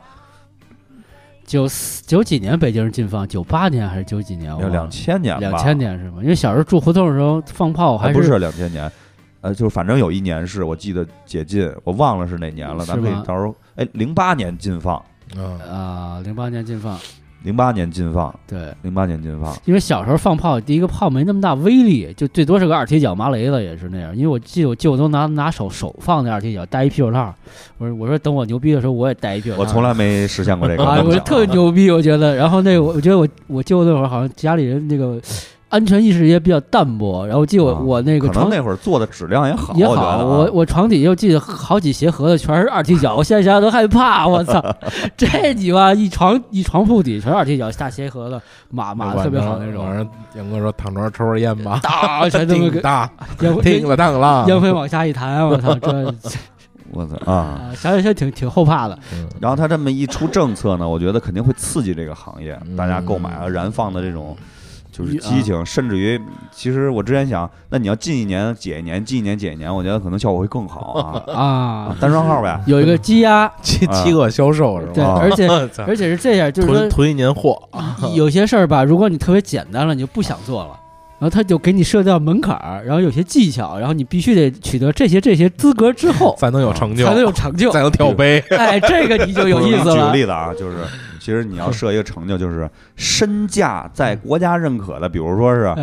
Speaker 3: 90几年北京是禁放，98年还是90几年
Speaker 2: ？2000年吧
Speaker 3: ，2000年是吗？因为小时候住胡同的时候放炮还
Speaker 2: 不是2000年，就是反正有一年是我记得解禁，我忘了是哪年了，咱们可以到时候08年禁放
Speaker 3: ，08年禁放。
Speaker 2: 08年禁放，
Speaker 3: 对
Speaker 2: ，08年禁放。
Speaker 3: 因为小时候放炮，第一个炮没那么大威力，就最多是个二踢脚麻雷子，也是那样。因为我记得我舅都拿手放那二踢脚，戴一啤酒套。我说等我牛逼的时候，我也戴一啤酒套。
Speaker 2: 我从来没实现过这个。
Speaker 3: 我特牛逼，我觉得。然后我觉得我舅那会儿好像家里人那个。安全意识也比较淡薄，然后记得我那个
Speaker 2: 可能那会儿做的质量也好，
Speaker 3: 我床底下记得好几鞋盒子全是二踢脚，我现在想想都害怕，我操！这你妈一床铺底全是二踢脚，大鞋盒子码特别好那种。
Speaker 1: 晚上杨哥说躺床上抽根烟吧，
Speaker 3: 全这么
Speaker 1: 大，听了当了，
Speaker 3: 烟灰往下一弹，我操这。
Speaker 2: 我操啊！
Speaker 3: 想想挺后怕的。
Speaker 2: 然后他这么一出政策呢，我觉得肯定会刺激这个行业，大家购买燃放的这种。就是激情，甚至于，其实我之前想，那你要禁一年解一年，禁一年解一年，我觉得可能效果会更好单双号呗，
Speaker 3: 有一个积压
Speaker 1: 饥饿销售是吧？
Speaker 3: 对，而且是这样，就是说
Speaker 1: 囤一年货。
Speaker 3: 有些事儿吧，如果你特别简单了，你就不想做了，然后他就给你设掉门槛儿，然后有些技巧，然后你必须得取得这些资格之后，
Speaker 1: 才能有成就，才能跳杯。
Speaker 3: 这个你就有意思了。
Speaker 2: 举个例子啊，就是。其实你要设一个成就，就是身价在国家认可的，比如说是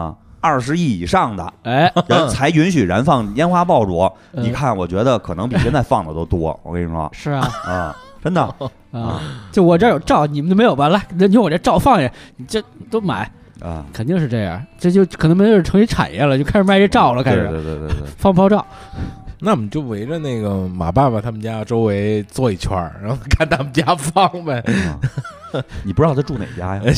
Speaker 2: 20亿以上的，人才允许燃放烟花爆竹。你看，我觉得可能比现在放的都多。我跟你说，
Speaker 3: 是啊，
Speaker 2: 真的
Speaker 3: 就我这有照，你们就没有吧？来，你我这照放下，你这都买肯定是这样。这就可能没准成一产业了，就开始卖这照了，开始
Speaker 2: 对
Speaker 3: 放炮照。
Speaker 1: 那我们就围着那个马爸爸他们家周围坐一圈，然后看他们家放呗。
Speaker 2: 你不知道他住哪家呀？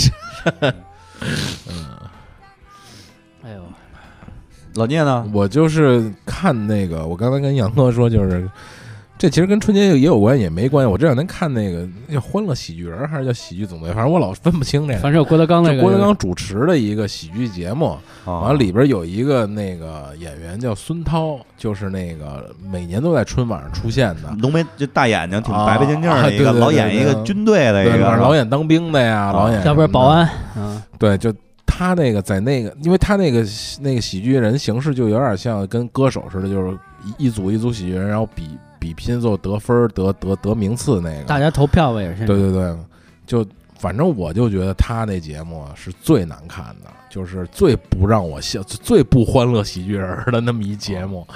Speaker 3: 哎呦，
Speaker 2: 老聂呢？
Speaker 1: 我就是看那个，我刚才跟杨哥说，就是这其实跟春节也有关系，也没关系。我这两天看那个叫《欢乐喜剧人》还是叫《喜剧总队》，反正我老分不清这个。
Speaker 3: 反正有郭德纲那个，
Speaker 1: 郭德纲主持的一个喜剧节目，完了里边有一个那个演员叫孙涛，就是那个每年都在春晚上出现的，
Speaker 2: 浓眉就大眼睛，挺白白净净的一个，老演一个军队的一个，
Speaker 1: 老演当兵的呀，老演
Speaker 3: 要不是保安，
Speaker 1: 对，就。他那个在那个，因为他那个喜剧人形式就有点像跟歌手似的，就是一组喜剧人，然后比拼最后得分得名次那个，
Speaker 3: 大家投票呗也是。
Speaker 1: 对，就反正我就觉得他那节目是最难看的，就是最不让我笑、最不欢乐喜剧人的那么一节目。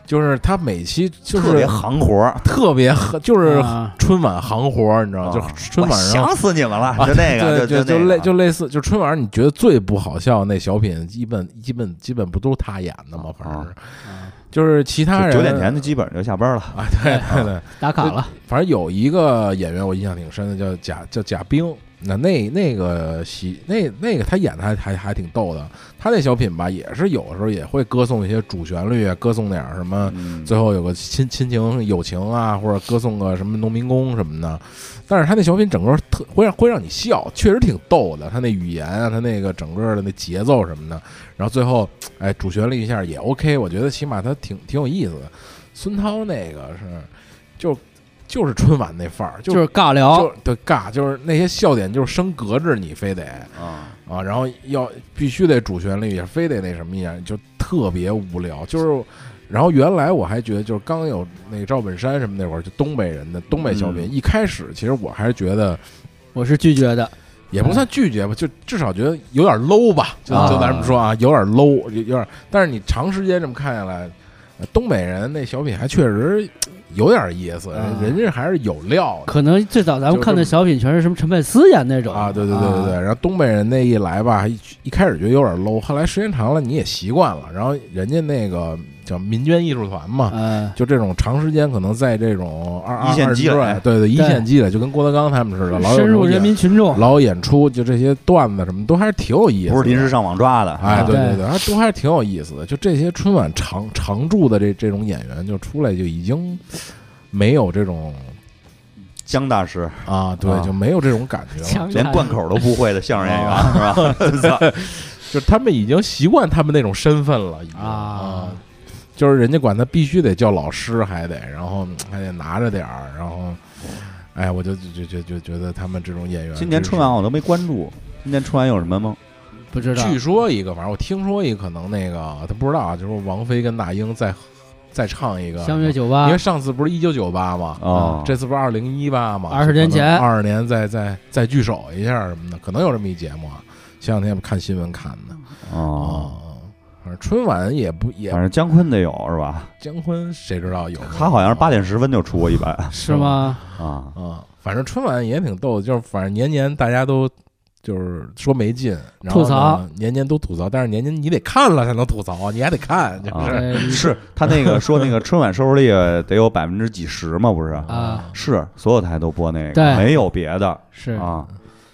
Speaker 1: 就是他每期就是
Speaker 2: 特别行活，
Speaker 1: 特别就是春晚行活，你知道，就春晚上
Speaker 2: 想死你们了，就那个，
Speaker 1: 就类似，就春晚上你觉得最不好笑那小品，基本不都是他演的吗？反正是，就是其他人
Speaker 2: 9点前就基本就下班了
Speaker 1: 啊，对，
Speaker 3: 打卡了。
Speaker 1: 反正有一个演员我印象挺深的，叫贾冰。那个他演的还挺逗的，他那小品吧也是有时候也会歌颂一些主旋律，歌颂点什么，最后有个亲情友情啊，或者歌颂个什么农民工什么的。但是他那小品整个会让你笑，确实挺逗的。他那语言啊，他那个整个的那节奏什么的，然后最后主旋律一下也 OK， 我觉得起码他挺有意思的。孙涛那个就是春晚那范儿，
Speaker 3: 就是尬聊，
Speaker 1: 对尬，就是那些笑点就是升格制，你非得然后必须得主旋律，也非得那什么一样，就特别无聊。就是，然后原来我还觉得，就是刚有那个赵本山什么那会儿，就东北人的东北小品，一开始其实我还是觉得，
Speaker 3: 我是拒绝的，
Speaker 1: 也不算拒绝吧，就至少觉得有点 low 吧，就咱这么说啊，有点 low，有点，但是你长时间这么看下来，东北人那小品还确实有点意思，人家还是有料的。
Speaker 3: 可能最早咱们看的小品全是什么陈佩斯演那种
Speaker 1: 啊，对。然后东北人那一来吧，一开始觉得有点 low， 后来时间长了你也习惯了。然后人家那个叫民间艺术团嘛，就这种长时间可能在这种
Speaker 2: 一线积累，
Speaker 1: 对一线积累，就跟郭德纲他们似的，
Speaker 3: 深入人民群众，
Speaker 1: 老演出，就这些段子什么都还是挺有意思的，
Speaker 2: 不是临时上网抓的，
Speaker 1: 对，都还是挺有意思的。就这些春晚常驻的这种演员，就出来就已经没有这种
Speaker 2: 姜大师
Speaker 1: 啊，对，就没有这种感觉了，
Speaker 2: 连贯口都不会的相声演员是吧？
Speaker 1: 就是他们已经习惯他们那种身份了啊，就是人家管他必须得叫老师，还得，然后还得拿着点儿，然后，我就觉得他们这种演员，
Speaker 2: 今年春晚我都没关注，今年春晚有什么吗？
Speaker 3: 不知道，
Speaker 1: 据说一个，反正我听说一个，可能那个他不知道啊，就是王菲跟那英再唱一个
Speaker 3: 相约98，
Speaker 1: 因为上次不是1998嘛，这次不是2018嘛
Speaker 3: ，20年前
Speaker 1: ，20年再聚首一下什么的，可能有这么一节目啊。前两天看新闻看的反正春晚也，
Speaker 2: 反正姜昆得有是吧？
Speaker 1: 姜昆谁知道有？
Speaker 2: 他好像是8点10分就出过一版，
Speaker 3: 是吗？
Speaker 1: 反正春晚也挺逗的，就是反正年大家都。就是说没劲，然后
Speaker 3: 吐槽，
Speaker 1: 年都吐槽，但是年你得看了才能吐槽，你还得看，
Speaker 2: 是他那个说那个春晚收视率得有几十嘛，不是
Speaker 3: 啊？
Speaker 2: 是所有台都播那个，没有别的，
Speaker 3: 是
Speaker 2: 啊。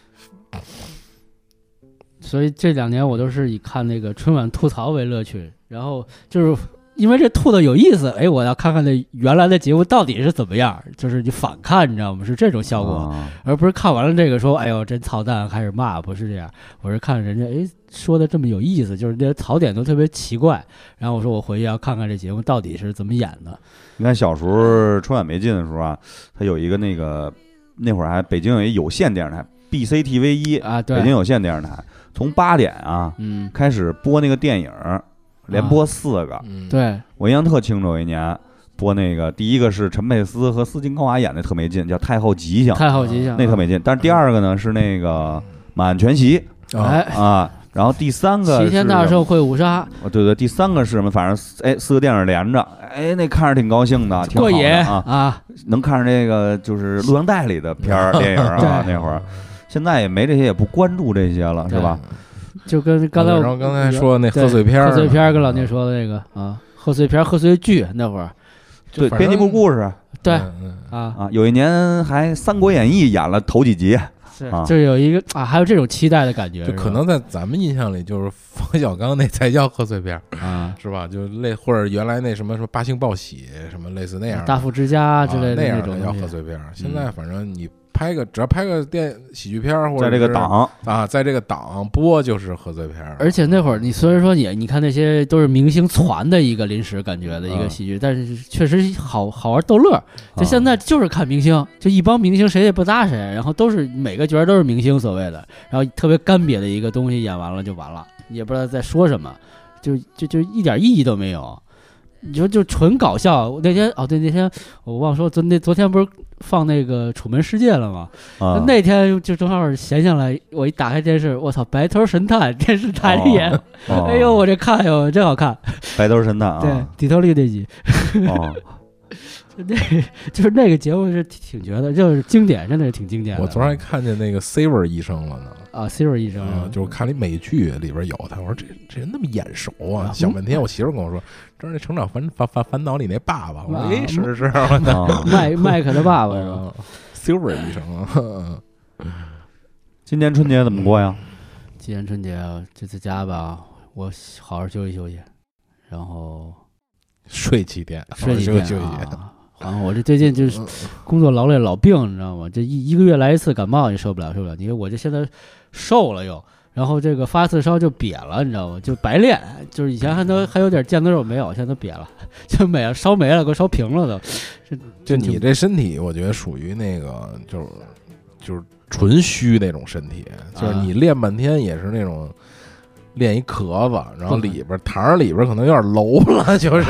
Speaker 3: 所以这2年我都是以看那个春晚吐槽为乐趣，然后就是。因为这吐的有意思，我要看看那原来的节目到底是怎么样，就是你反看，你知道吗？是这种效果，而不是看完了这个说，哎呦真操蛋，开始骂，不是这样。我是看人家说的这么有意思，就是这些槽点都特别奇怪，然后我说我回去要看看这节目到底是怎么演的。
Speaker 2: 你看小时候春晚没劲的时候啊，他有一个那会儿还北京有一有线电视台 BCTV1
Speaker 3: 啊，对，
Speaker 2: 北京有线电视台从8点开始播那个电影。连播4个，
Speaker 3: 对，
Speaker 2: 我印象特清楚。有一年播那个，第一个是陈佩斯和斯琴高娃演的特没劲，叫《太后吉祥》，那特没劲。但是第2个呢是那个满汉全席，然后第3个
Speaker 3: 齐天大圣会武杀，
Speaker 2: 对，第3个是什么？反正4个电影连着，那看着挺高兴的，挺好的
Speaker 3: 过瘾啊，
Speaker 2: 能看着这个就是录像带里的片儿电影啊，那会儿。现在也没这些，也不关注这些了，是吧？
Speaker 3: 就跟刚
Speaker 1: 才说那贺岁片
Speaker 3: 跟老聂说的那个贺岁片、贺岁剧那会儿，
Speaker 2: 对，编辑部故事，
Speaker 3: 对
Speaker 2: 有一年还《三国演义》演了头几集，
Speaker 3: 就有一个还有这种期待的感觉，
Speaker 1: 就可能在咱们印象里，就是冯小刚那才叫贺岁片是吧？就或者原来那什么八星报喜什么类似那样，
Speaker 3: 大富之家之类的
Speaker 1: 那样的叫贺岁片。现在反正你。只要拍个喜剧片，或者
Speaker 2: 在这个档
Speaker 1: 在这个档播就是贺岁片。
Speaker 3: 而且那会儿你虽然说你看那些都是明星传的一个临时感觉的一个喜剧，但是确实好玩逗乐。就现在就是看明星，就一帮明星谁也不搭谁，然后都是每个角都是明星所谓的，然后特别干瘪的一个东西演完了就完了，也不知道在说什么，就一点意义都没有。你说就纯搞笑。那天我忘说，昨天不是放那个《楚门世界》了吗？那天就正好闲下来，我一打开电视，我操，白头神探电视台里演，哎呦，我这看哟，真好看。
Speaker 2: 白头神探啊，
Speaker 3: 对，底特律那集。
Speaker 2: 哦。
Speaker 3: 就是那个节目是挺绝的，就是经典，真的是挺经典的。
Speaker 1: 我昨天还看见那个 Silver 医生了呢。
Speaker 3: 啊 ，Silver 医生
Speaker 1: 就是看了一美剧里边有他，我说这人那么眼熟啊，想半天。我媳妇跟我说，这是那《成长烦恼》里那爸爸。我说哎，是
Speaker 3: 麦克的爸爸是吧
Speaker 1: ？Silver 医生啊。
Speaker 2: 今年春节怎么过呀？
Speaker 3: 今年春节这次家吧，我好好休息休息，然后。
Speaker 1: 睡几天
Speaker 3: 啊！然后我这最近就是工作劳累老病，你知道吗？这一个月来一次感冒，你受不了。因为我这现在瘦了又，然后这个发次烧就瘪了，你知道吗？就白练，就是以前还有点腱子肉没有，现在都瘪了，就没了，烧没了，给我烧平了都。
Speaker 1: 就你这身体，我觉得属于那个就是纯虚那种身体，就是你练半天也是那种。练一壳子，然后里边膛里边可能有点楼了，就是。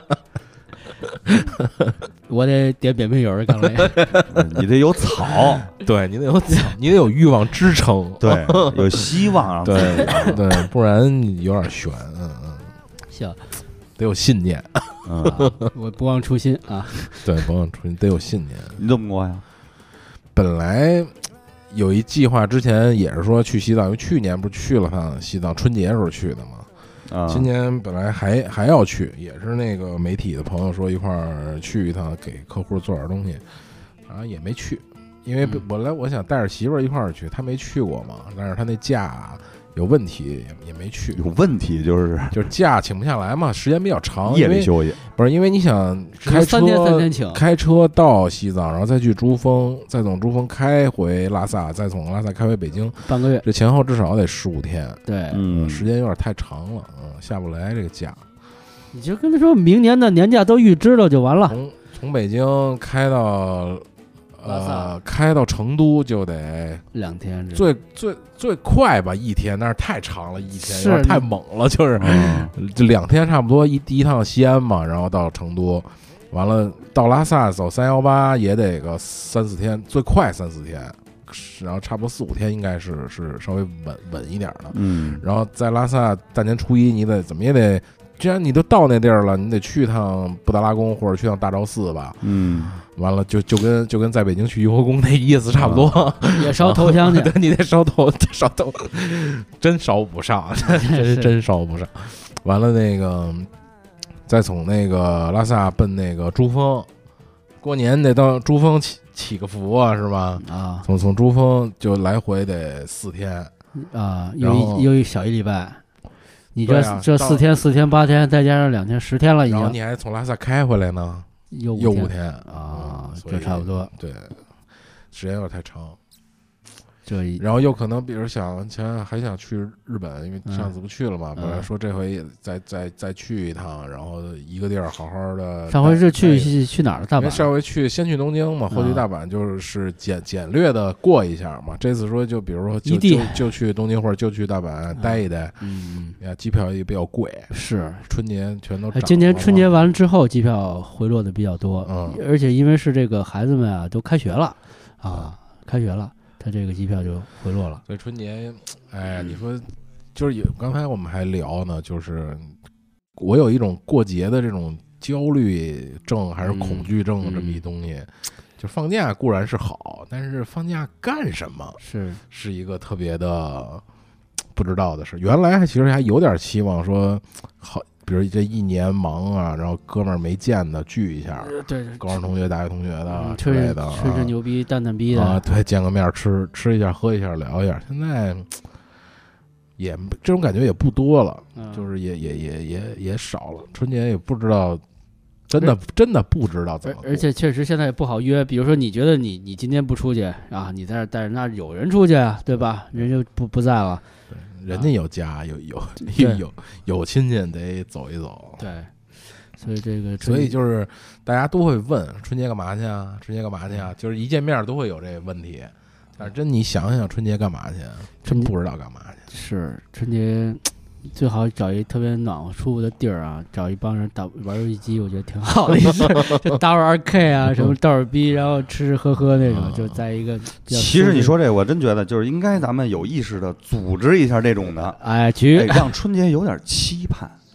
Speaker 3: 我得点扁平油，看来
Speaker 2: 你得有草，
Speaker 1: 对你得有草，你得有欲望支撑，
Speaker 2: 对，有希望，
Speaker 1: 对，不然有点悬，
Speaker 3: 行，
Speaker 1: 得有信念，
Speaker 3: 我不忘初心啊，
Speaker 1: 对，不忘初心，得有信念。
Speaker 2: 你怎么过呀？
Speaker 1: 本来。有一计划，之前也是说去西藏，因为去年不是去了趟西藏，春节时候去的嘛。今年本来还要去，也是那个媒体的朋友说一块儿去一趟，给客户做点东西，然后也没去，因为本来我想带着媳妇儿一块儿去，她没去过嘛，但是她那假有问题，也没去。
Speaker 2: 有问题就是
Speaker 1: 假请不下来嘛，时间比较长，
Speaker 2: 夜里休息。
Speaker 1: 不是因为你想开车
Speaker 3: 3天请，
Speaker 1: 开车到西藏，然后再去珠峰，再从珠峰开回拉萨，再从拉萨开回北京，
Speaker 3: 半个月，
Speaker 1: 这前后至少得15天。
Speaker 3: 对，
Speaker 1: 时间有点太长了，下不来这个假。
Speaker 3: 你就跟他说明年的年假都预支了就完了。
Speaker 1: 从北京开到。开到成都就得
Speaker 3: 2天，
Speaker 1: 最快吧1天，但是太长了1天，有点太猛了，就是这2天差不多。第一趟西安嘛，然后到成都，完了到拉萨走318也得个3-4天，最快3-4天，然后差不多4-5天应该是稍微稳一点的。然后在拉萨大年初一你得怎么也得，既然你都到那地儿了，你得去一趟布达拉宫或者去趟大昭寺吧。完了就跟在北京去雍和宫那意思差不多，
Speaker 3: 也烧头香去，
Speaker 1: 对，你得烧头，真烧不上，真烧不上。完了那个，再从那个拉萨奔那个珠峰，过年得到珠峰祈个福啊，是吧？啊，从珠峰就来回得4天
Speaker 3: 啊，又小1礼拜。你这4天8天，再加上2天10天了已经。
Speaker 1: 然后你还从拉萨开回来呢。又5天
Speaker 3: 啊，这差不多。
Speaker 1: 对，时间有点太长。然后又可能，比如还想去日本，因为上次不去了嘛。本来说这回也再去一趟，然后一个地儿好好的。
Speaker 3: 上回是去哪儿了？大阪。
Speaker 1: 上回先去东京嘛，后去大阪，就是简略的过一下嘛。这次说就比如说就去东京或者就去大阪待一待。机票也比较贵。是春节全都涨了。
Speaker 3: 今年春节完了之后，机票回落的比较多。而且因为是这个孩子们啊都开学了开学了。他这个机票就回落了，
Speaker 1: 所以春节，你说就是刚才我们还聊呢，就是我有一种过节的这种焦虑症还是恐惧症这么一东西，就放假固然是好，但是放假干什么是一个特别的不知道的事。原来其实还有点期望说好。比如这一年忙啊，然后哥们儿没见的聚一下，
Speaker 3: 对，
Speaker 1: 高中同学、大学同学的之类的，
Speaker 3: 吹牛逼、淡逼的
Speaker 1: 啊，对，见个面吃一下、喝一下、聊一下。现在也这种感觉也不多了，就是也少了。春节也不知道，真的不知道怎么过。
Speaker 3: 而且确实现在也不好约。比如说，你觉得你今天不出去啊，你在那儿待着，那有人出去啊，对吧？人就不在了。
Speaker 1: 人家有家，有亲戚得走一走。
Speaker 3: 对，
Speaker 1: 所以就是大家都会问春节干嘛去啊？春节干嘛去啊？就是一见面都会有这个问题。但是你想想春节干嘛去？真不知道干嘛去。
Speaker 3: 是春节最好找一特别暖和舒服的地儿啊，找一帮人玩游戏机，我觉得挺好的一事儿。就打会2K 啊，什么逗会逼，然后吃喝喝那种，就在一个。
Speaker 2: 其实你说这，我真觉得就是应该咱们有意识的组织一下这种的，
Speaker 3: 去
Speaker 2: 让春节有点期盼。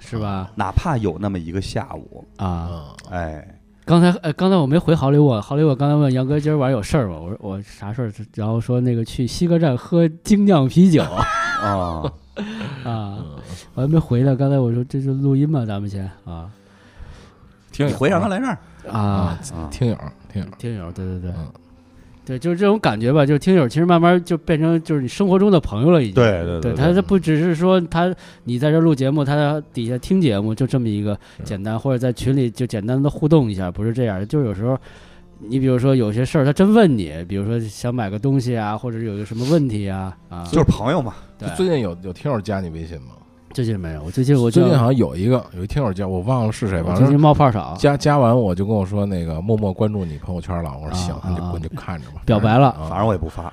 Speaker 3: 是吧？
Speaker 2: 哪怕有那么一个下午
Speaker 3: 啊，
Speaker 2: 哎，
Speaker 3: 刚才我没回好里沃刚才问杨哥今儿晚上有事儿吗？我说我啥事儿？然后说那个去西客站喝精酿啤酒啊，我还没回来。刚才我说这是录音嘛，咱们先啊，
Speaker 2: 你回让他来这儿
Speaker 1: 啊，听友，
Speaker 3: 对。对，就是这种感觉吧，就是听友其实慢慢就变成就是你生活中的朋友了，已经。
Speaker 2: 对，
Speaker 3: 他不只是说你在这录节目，他在底下听节目，就这么一个简单，或者在群里就简单的互动一下，不是这样的。就是有时候，你比如说有些事儿他真问你，比如说想买个东西啊，或者有个什么问题啊，
Speaker 2: 就是朋友嘛。
Speaker 3: 对，
Speaker 1: 最近有听友加你微信吗？
Speaker 3: 最近没有，最近
Speaker 1: 好像有一听友加我忘了是谁吧，
Speaker 3: 最近冒泡少，
Speaker 1: 加完我就跟我说那个默默关注你朋友圈了，我说行，你就看着吧，
Speaker 3: 表白了，
Speaker 2: 反正我也不发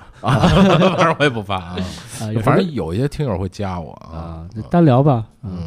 Speaker 1: 反正有一些听友会加我
Speaker 3: 单聊吧，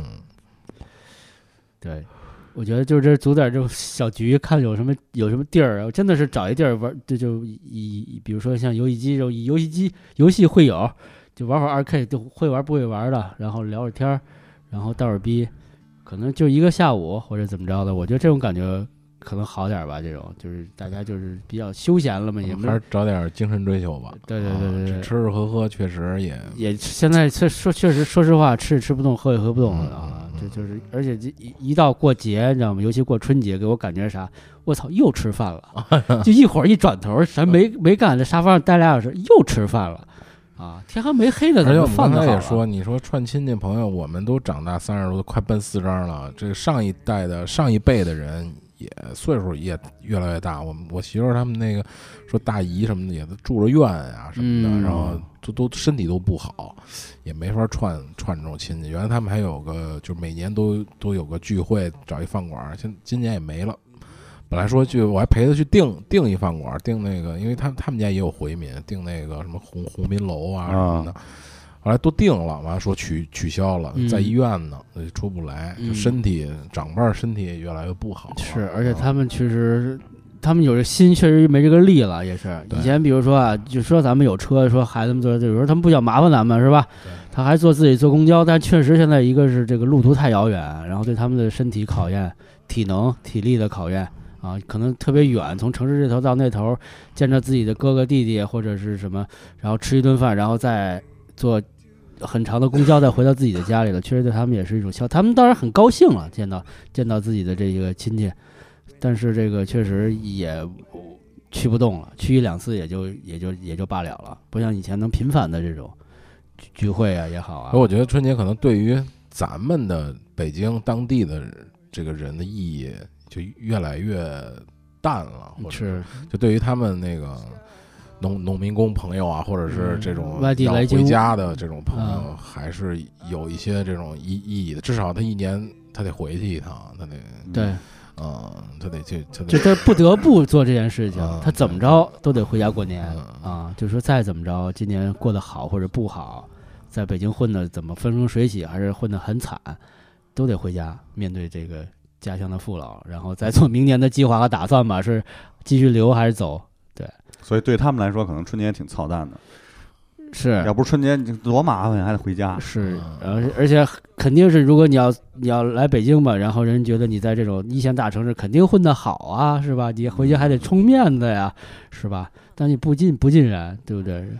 Speaker 3: 对，我觉得就是这组点这种小局，看有什么地儿，真的是找一地儿玩，就比如说像游戏机这种以游戏会友。就玩会儿2K， 就会玩不会玩的，然后聊会儿天，然后倒会儿逼，可能就一个下午或者怎么着的。我觉得这种感觉可能好点吧。这种就是大家就是比较休闲了嘛，也没
Speaker 1: 还是找点精神追求吧。
Speaker 3: 对，
Speaker 1: 吃喝确实也
Speaker 3: 现在确实说实话，吃也吃不动，喝也喝不动就是而且一到过节，你知道吗？尤其过春节，给我感觉啥？我操，又吃饭了！就一会儿一转头，咱没干，在沙发上待2小时，又吃饭了。天还没黑呢，
Speaker 1: 而且我们刚才也说，你说串亲戚朋友，我们都长大30多，快奔4张了。这个上一辈的人也岁数也越来越大。我媳妇他们那个说大姨什么的也都住着院啊什么的，然后都身体都不好，也没法串这种亲戚。原来他们还有个，就每年都有个聚会，找一饭馆，今年也没了。本来说我还陪他去订一饭馆，订那个，因为他们家也有回民，订那个什么鸿民楼啊什么的，后来都订了，完了说取消了，在医院呢，出不来，就长辈身体也越来越不好。
Speaker 3: 是，而且他们确实，他们有这心，确实没这个力了，也是。以前比如说就说咱们有车，说孩子们坐，有时候他们不想麻烦咱们，是吧？他还自己坐公交，但确实现在一个是这个路途太遥远，然后对他们的身体考验、体能、体力的考验。可能特别远，从城市这头到那头，见着自己的哥哥弟弟或者是什么，然后吃一顿饭，然后再坐很长的公交，再回到自己的家里了。确实对他们也是一种他们当然很高兴了，见到自己的这个亲戚，但是这个确实也去不动了，去1-2次也就罢了，不像以前能频繁的这种聚会啊也好啊。
Speaker 1: 我觉得春节可能对于咱们的北京当地的这个人的意义就越来越淡了，或者就对于他们那个农民工朋友啊，或者是这种
Speaker 3: 外地来
Speaker 1: 回家的这种朋友，还是有一些这种意义的。至少他1年他得回去一趟，他得
Speaker 3: 对，
Speaker 1: 他得去，
Speaker 3: 他不得不做这件事情，他怎么着都得回家过年就是说再怎么着，今年过得好或者不好，在北京混的怎么风生水起，还是混得很惨，都得回家面对这个家乡的父老，然后再做明年的计划和打算吧，是继续留还是走？对，
Speaker 2: 所以对他们来说，可能春节挺操蛋的。
Speaker 3: 是，
Speaker 2: 要不是春节多麻烦，还得回家。
Speaker 3: 是，而且肯定是，如果你要来北京吧，然后人觉得你在这种1线大城市肯定混得好啊，是吧？你回去还得充面子呀，是吧？但你不尽然，对不对？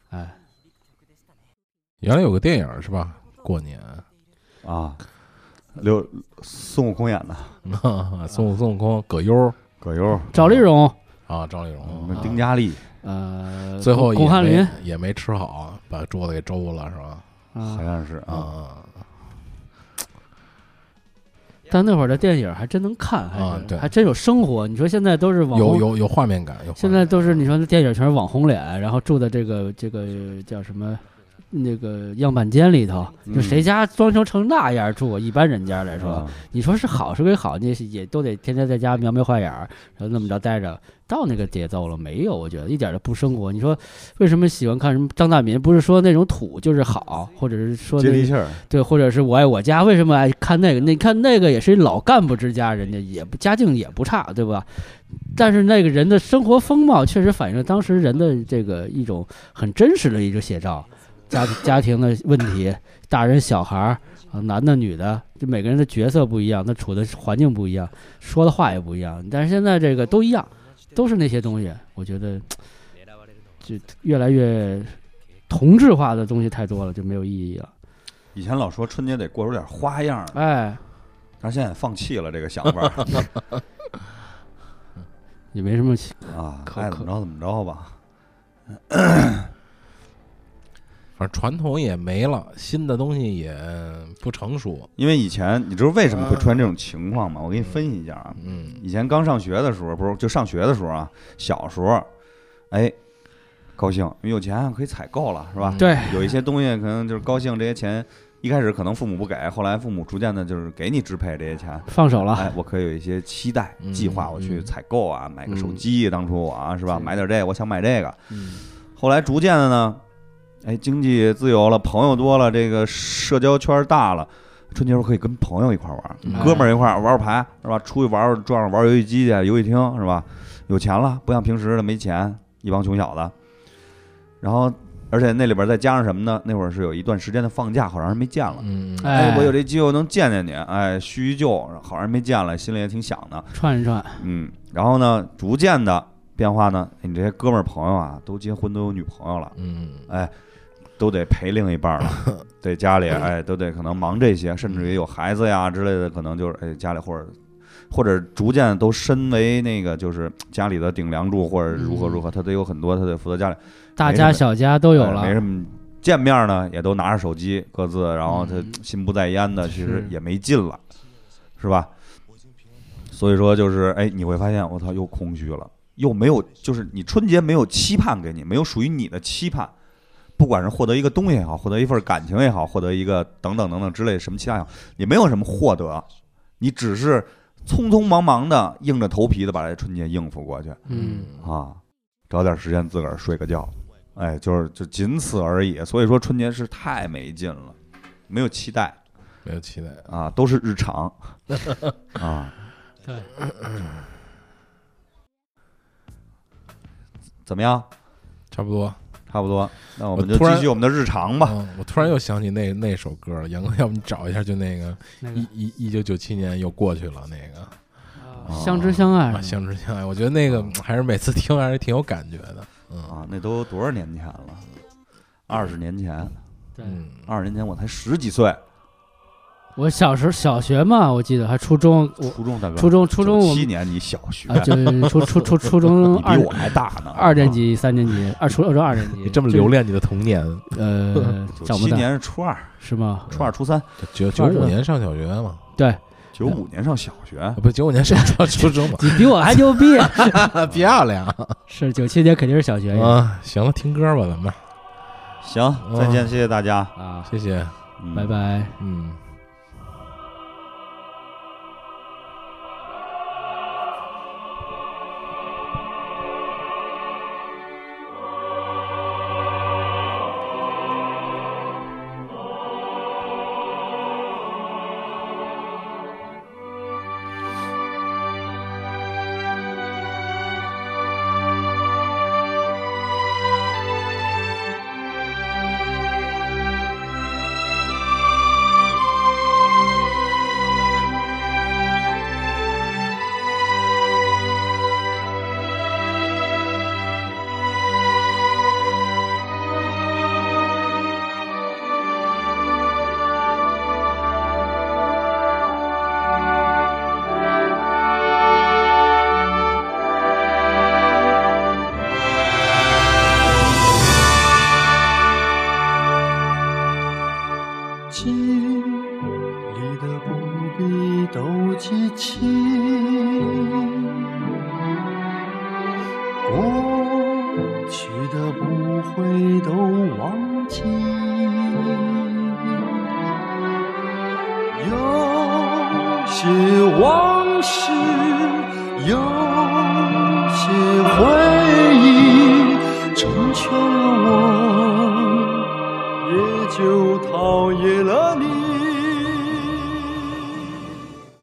Speaker 1: 原来有个电影是吧？过年
Speaker 2: 孙悟空演的，
Speaker 1: 孙悟空，葛优，
Speaker 3: 赵丽蓉
Speaker 1: 赵丽蓉，
Speaker 2: 丁嘉丽，
Speaker 1: 最后
Speaker 3: 巩汉林
Speaker 1: 也没吃好，把桌子给周了，是吧？
Speaker 2: 好像是
Speaker 3: 但那会儿的电影还真能看，还真有生活。你说现在都是网红，
Speaker 1: 有画面感，
Speaker 3: 现在都是你说那电影全是网红脸，然后住的这个叫什么？那个样板间里头，就谁家装修成那样住，一般人家来说，你说是好是归好，你也都得天天在家描花眼，然后那么着待着，到那个节奏了没有？我觉得一点都不生活。你说为什么喜欢看什么张大民？不是说那种土就是好，或者是说
Speaker 2: 接地气儿，
Speaker 3: 对，或者是我爱我家，为什么爱看那个？你看那个也是老干部之家，人家也不家境也不差，对吧？但是那个人的生活风貌确实反映了当时人的这个一种很真实的一个写照。家庭的问题，大人小孩男的女的，就每个人的角色不一样，他处的环境不一样，说的话也不一样。但是现在这个都一样，都是那些东西，我觉得就越来越同质化的东西太多了，就没有意义了。
Speaker 2: 以前老说春节得过出点花样，
Speaker 3: 哎，
Speaker 2: 但是现在放弃了这个想法，
Speaker 3: 也没什么
Speaker 2: 啊，爱怎么着怎么着吧。
Speaker 1: 反正传统也没了，新的东西也不成熟。
Speaker 2: 因为以前你知道为什么会出现这种情况吗？我给你分析一下啊。以前刚上学的时候，不是就上学的时候啊，小时候，哎，高兴，因为有钱可以采购了，是吧？
Speaker 3: 对，
Speaker 2: 有一些东西可能就是高兴，这些钱一开始可能父母不给，后来父母逐渐的就是给你支配这些钱，
Speaker 3: 放手了。
Speaker 2: 哎，我可以有一些期待、计划，我去采购啊，买个手机，当初我啊，是吧？买点这个，我想买这个。后来逐渐的呢。哎，经济自由了，朋友多了，这个社交圈大了，春节时候可以跟朋友一块玩，哥们儿一块玩玩牌，是吧？出去玩玩，撞上玩游戏机去，游戏厅，是吧？有钱了，不像平时的没钱，一帮穷小子。然后，而且那里边再加上什么呢？那会儿是有一段时间的放假，好长时间没见了。哎，我有这机会能见见你，哎，叙叙旧，好长时间没见了，心里也挺想的，
Speaker 3: 串一串。
Speaker 2: 然后呢，逐渐的变化呢，你这些哥们儿朋友啊，都结婚，都有女朋友了，哎。都得陪另一半了，在家里，哎，都得可能忙这些，甚至于有孩子呀之类的，可能就是哎家里或者逐渐都身为那个就是家里的顶梁柱，或者如何，他得有很多，他得负责家里，
Speaker 3: 大家小家都有了，
Speaker 2: 没什么见面呢，也都拿着手机各自，然后他心不在焉的，其实也没劲了，是吧？所以说就是哎，你会发现我操，又空虚了，又没有，就是你春节没有期盼给你，没有属于你的期盼。不管是获得一个东西也好，获得一份感情也好，获得一个等等之类什么其他也好，你没有什么获得，你只是匆匆忙忙的硬着头皮的把这春节应付过去，找点时间自个儿睡个觉，哎，就仅此而已。所以说春节是太没劲了，没有期待啊，都是日常啊。
Speaker 3: 对，
Speaker 2: 怎么样？
Speaker 1: 差不多，
Speaker 2: 那我们就继续我们的日常吧。
Speaker 1: 我突然又想起那首歌了，杨哥，要不你找一下，就那个1997年又过去了那个
Speaker 3: 相知相爱，
Speaker 1: 相知相爱，我觉得那个还是每次听还是挺有感觉的。
Speaker 2: 那都多少年前了？20年前。
Speaker 3: 对
Speaker 2: ，20年前我才10几岁。
Speaker 3: 我小时候小学嘛，我记得还初中
Speaker 2: 大哥，
Speaker 3: 初中
Speaker 2: 7年级小学
Speaker 3: 啊，就初中
Speaker 2: 你比我还大呢
Speaker 3: ，2年级3年级初中2年级，
Speaker 1: 你这么留恋你的童年
Speaker 2: ？97年是初2
Speaker 3: 是吗？
Speaker 2: 初2初3
Speaker 1: ，95年上小学嘛？
Speaker 3: 对
Speaker 2: ，95年上小学，
Speaker 1: 不95年上初中嘛？
Speaker 3: 你比我还牛逼，
Speaker 1: 漂亮！
Speaker 3: 是97年肯定是小学
Speaker 1: 啊。行了，听歌吧，咱们。
Speaker 2: 行，再见，谢谢大家
Speaker 3: 啊，
Speaker 1: 谢谢，
Speaker 3: 拜拜，
Speaker 4: 就讨厌了你。